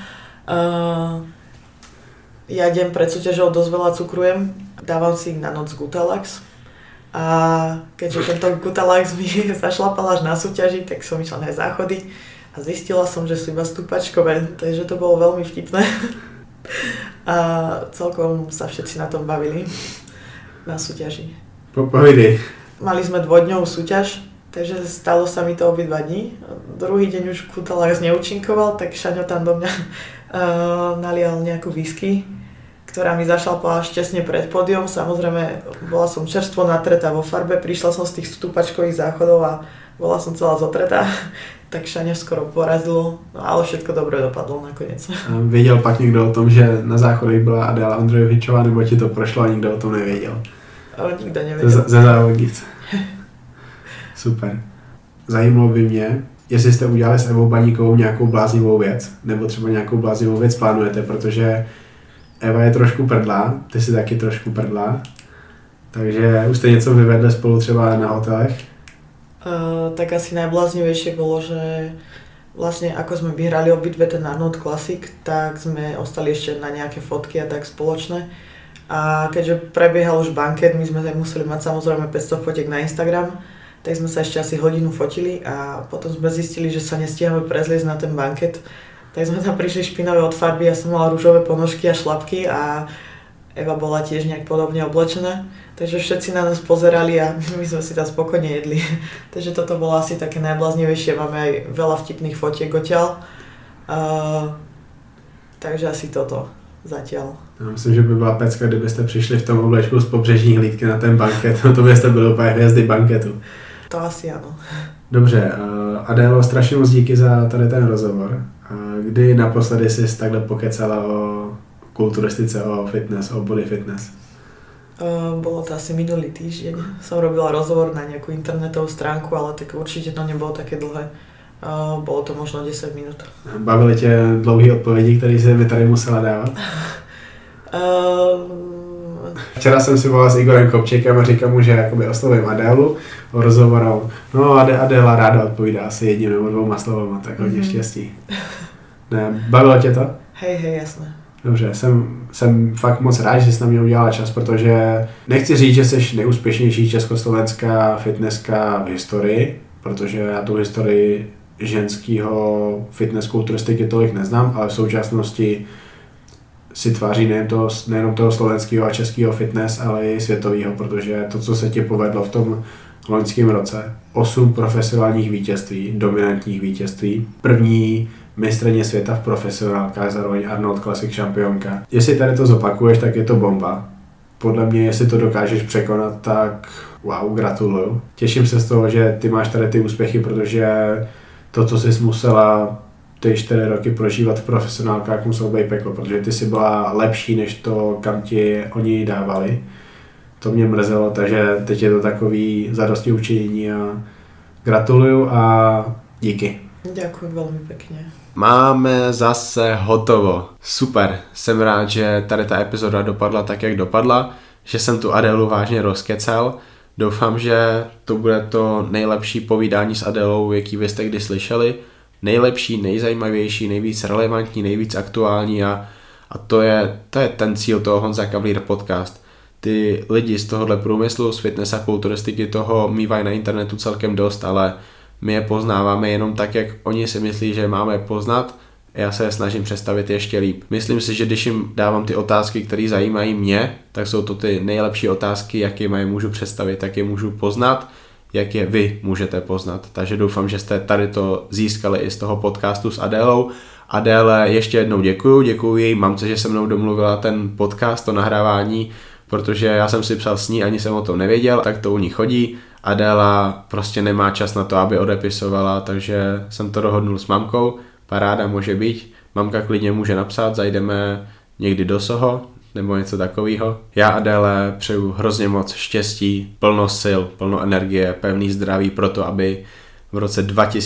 Ja deň pred súťažou dosť veľa cukrujem, dávam si na noc Gutalax a keďže tento Gutalax mi zašlapal až na súťaži, tak som išla na záchody a zistila som, že sú iba stúpačkové, takže to bolo veľmi vtipné a celkom sa všetci na tom bavili na súťaži. Povídej. Mali sme 2-dňovú súťaž, takže stalo sa mi to obidva dní. Druhý deň už Gutalax neúčinkoval, tak Šaňo tam do mňa nalial nejakú whisky, ktorá mi zašlapala až tesne pred pódium. Samozrejme, bola som čerstvo natretá vo farbe, prišla som z tých stúpačkových záchodov a bola som celá zotretá. Tak Šaňo skoro porazilo, no ale všetko dobre dopadlo nakoniec. A věděl pak někdo o tom, že na záchodech byla Adéla Ondrojevičová, nebo ti to prošlo a nikdo o tom nevěděl? Ale nikdo nevěděl. Ze závodnic. Super. Zajímalo by mě, jestli jste udělali s Evou Baníkovou nějakou bláznivou věc, nebo třeba nějakou bláznivou věc plánujete, protože Eva je trošku prdlá, ty jsi taky trošku prdlá, takže už jste něco vyvedli spolu třeba na hotelech? Tak asi najbláznivejšie bolo, že vlastne ako sme vyhrali obidve ten Arnold Classic, tak sme ostali ešte na nejaké fotky a tak spoločné. A keďže prebiehal už banket, my sme museli mať samozrejme 500 fotiek na Instagram, tak sme sa ešte asi hodinu fotili a potom sme zistili, že sa nestíhame prezliecť na ten banket. Tak sme tam prišli špinavé od farby, ja som mala rúžové ponožky a šlapky a Eva bola tiež nejak podobne oblečená. Takže všetci na nás pozerali a my sme si tam spokojne jedli. Takže toto bolo asi také najbláznivejšie, máme aj veľa vtipných fotiek odtiaľ. Takže asi toto zatiaľ. Já myslím, že by byla pecka, kdybyste přišli v tom oblečku z pobřežní hlídky na ten banket, no to byste byli úplně hvězdy banketu. To asi ano. Dobře, Adélo, strašně moc díky za tady ten rozhovor. Kdy naposledy jsi takhle pokecala o kulturistice, o fitness, o body fitness? Bolo to asi minulý týždeň. Som robila rozhovor na nejakú internetovú stránku, ale tak určite to nebolo také dlhé. Bolo to možno 10 minút. Bavili tě dlouhé odpovědi, které jsi mi tady musela dávat? Včera jsem si volal s Igorem Kopčíkem a říkám mu, že jakoby oslovím Adélu o rozhovoru. No Adéla ráda odpovídá asi jedním nebo 2 slovama, tak hodně štěstí. Ne, bavilo tě to? Hej, jasné. Dobře, jsem fakt moc rád, že jsi na mě udělala čas, protože nechci říct, že jsi nejúspěšnější československá fitnesska v historii, protože já tu historii ženského fitness kulturistiky tolik neznám, ale v současnosti si tváří nejenom toho slovenského a českého fitness, ale i světového, protože to, co se ti povedlo v tom loňském roce, 8 profesionálních vítězství, dominantních vítězství, první mistryně světa v profesionálkách, zároveň Arnold Classic šampionka. Jestli tady to zopakuješ, tak je to bomba. Podle mě, jestli to dokážeš překonat, tak wow, gratuluju. Těším se z toho, že ty máš tady ty úspěchy, protože to, co jsi musela ty 4 roky prožívat v profesionálkách, muselo být peklo, protože ty jsi byla lepší, než to, kam ti oni dávali. To mě mrzelo, takže teď je to takový zadosti učinění a gratuluju a díky. Ďakujem veľmi pekne. Máme zase hotovo. Super, jsem rád, že tady ta epizoda dopadla tak, jak dopadla, že jsem tu Adélu vážně rozkecal. Doufám, že to bude to nejlepší povídání s Adélou, jaký vy jste kdy slyšeli. Nejlepší, nejzajímavější, nejvíc relevantní, nejvíc aktuální a to je ten cíl toho Honza Kavlír podcast. Ty lidi z tohohle průmyslu, z fitness a kulturistiky toho mývají na internetu celkem dost, ale my je poznáváme jenom tak, jak oni si myslí, že je máme poznat. Já se je snažím představit ještě líp. Myslím si, že když jim dávám ty otázky, které zajímají mě, tak jsou to ty nejlepší otázky, jak je můžu představit, jak je můžu poznat, jak je vy můžete poznat. Takže doufám, že jste tady to získali i z toho podcastu s Adélou. Adéle ještě jednou děkuju její mamce, že se mnou domluvila ten podcast, to nahrávání, protože já jsem si psal s ní, ani jsem o tom nevěděl, tak to u ní chodí. Adéla prostě nemá čas na to, aby odepisovala, takže jsem to dohodnul s mamkou. Paráda může být, mamka klidně může napsat, zajdeme někdy do Soho, nebo něco takového. Já Adéle přeju hrozně moc štěstí, plno sil, plno energie, pevný zdraví pro to, aby v roce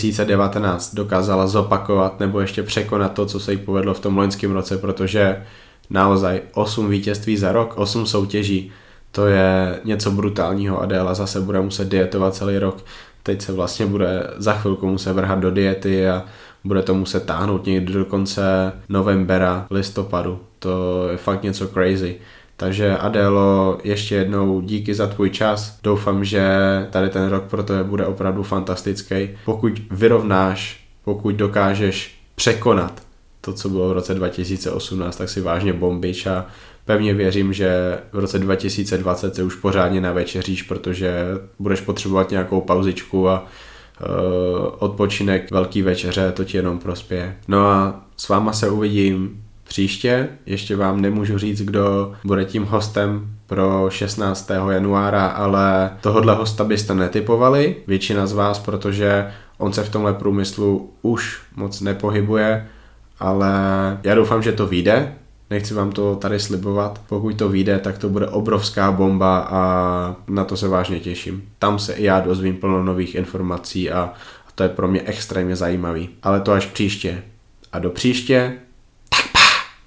2019 dokázala zopakovat nebo ještě překonat to, co se jí povedlo v tom loňském roce, protože naozaj 8 vítězství za rok, 8 soutěží, to je něco brutálního. Adéla zase bude muset dietovat celý rok. Teď se vlastně bude za chvilku muset vrhat do diety a bude to muset táhnout někdy do konce novembra, listopadu. To je fakt něco crazy. Takže Adélo, ještě jednou díky za tvůj čas. Doufám, že tady ten rok pro tebe bude opravdu fantastický. Pokud vyrovnáš, pokud dokážeš překonat to, co bylo v roce 2018, tak si vážně bombič a pevně věřím, že v roce 2020 se už pořádně navečeříš, protože budeš potřebovat nějakou pauzičku a odpočinek velký večeře, to ti jenom prospěje. No a s váma se uvidím příště. Ještě vám nemůžu říct, kdo bude tím hostem pro 16. januára, ale tohodle hosta byste netipovali, většina z vás, protože on se v tomhle průmyslu už moc nepohybuje, ale já doufám, že to vyjde. Nechci vám to tady slibovat. Pokud to vyjde, tak to bude obrovská bomba a na to se vážně těším. Tam se i já dozvím plno nových informací a to je pro mě extrémně zajímavý. Ale to až příště. A do příště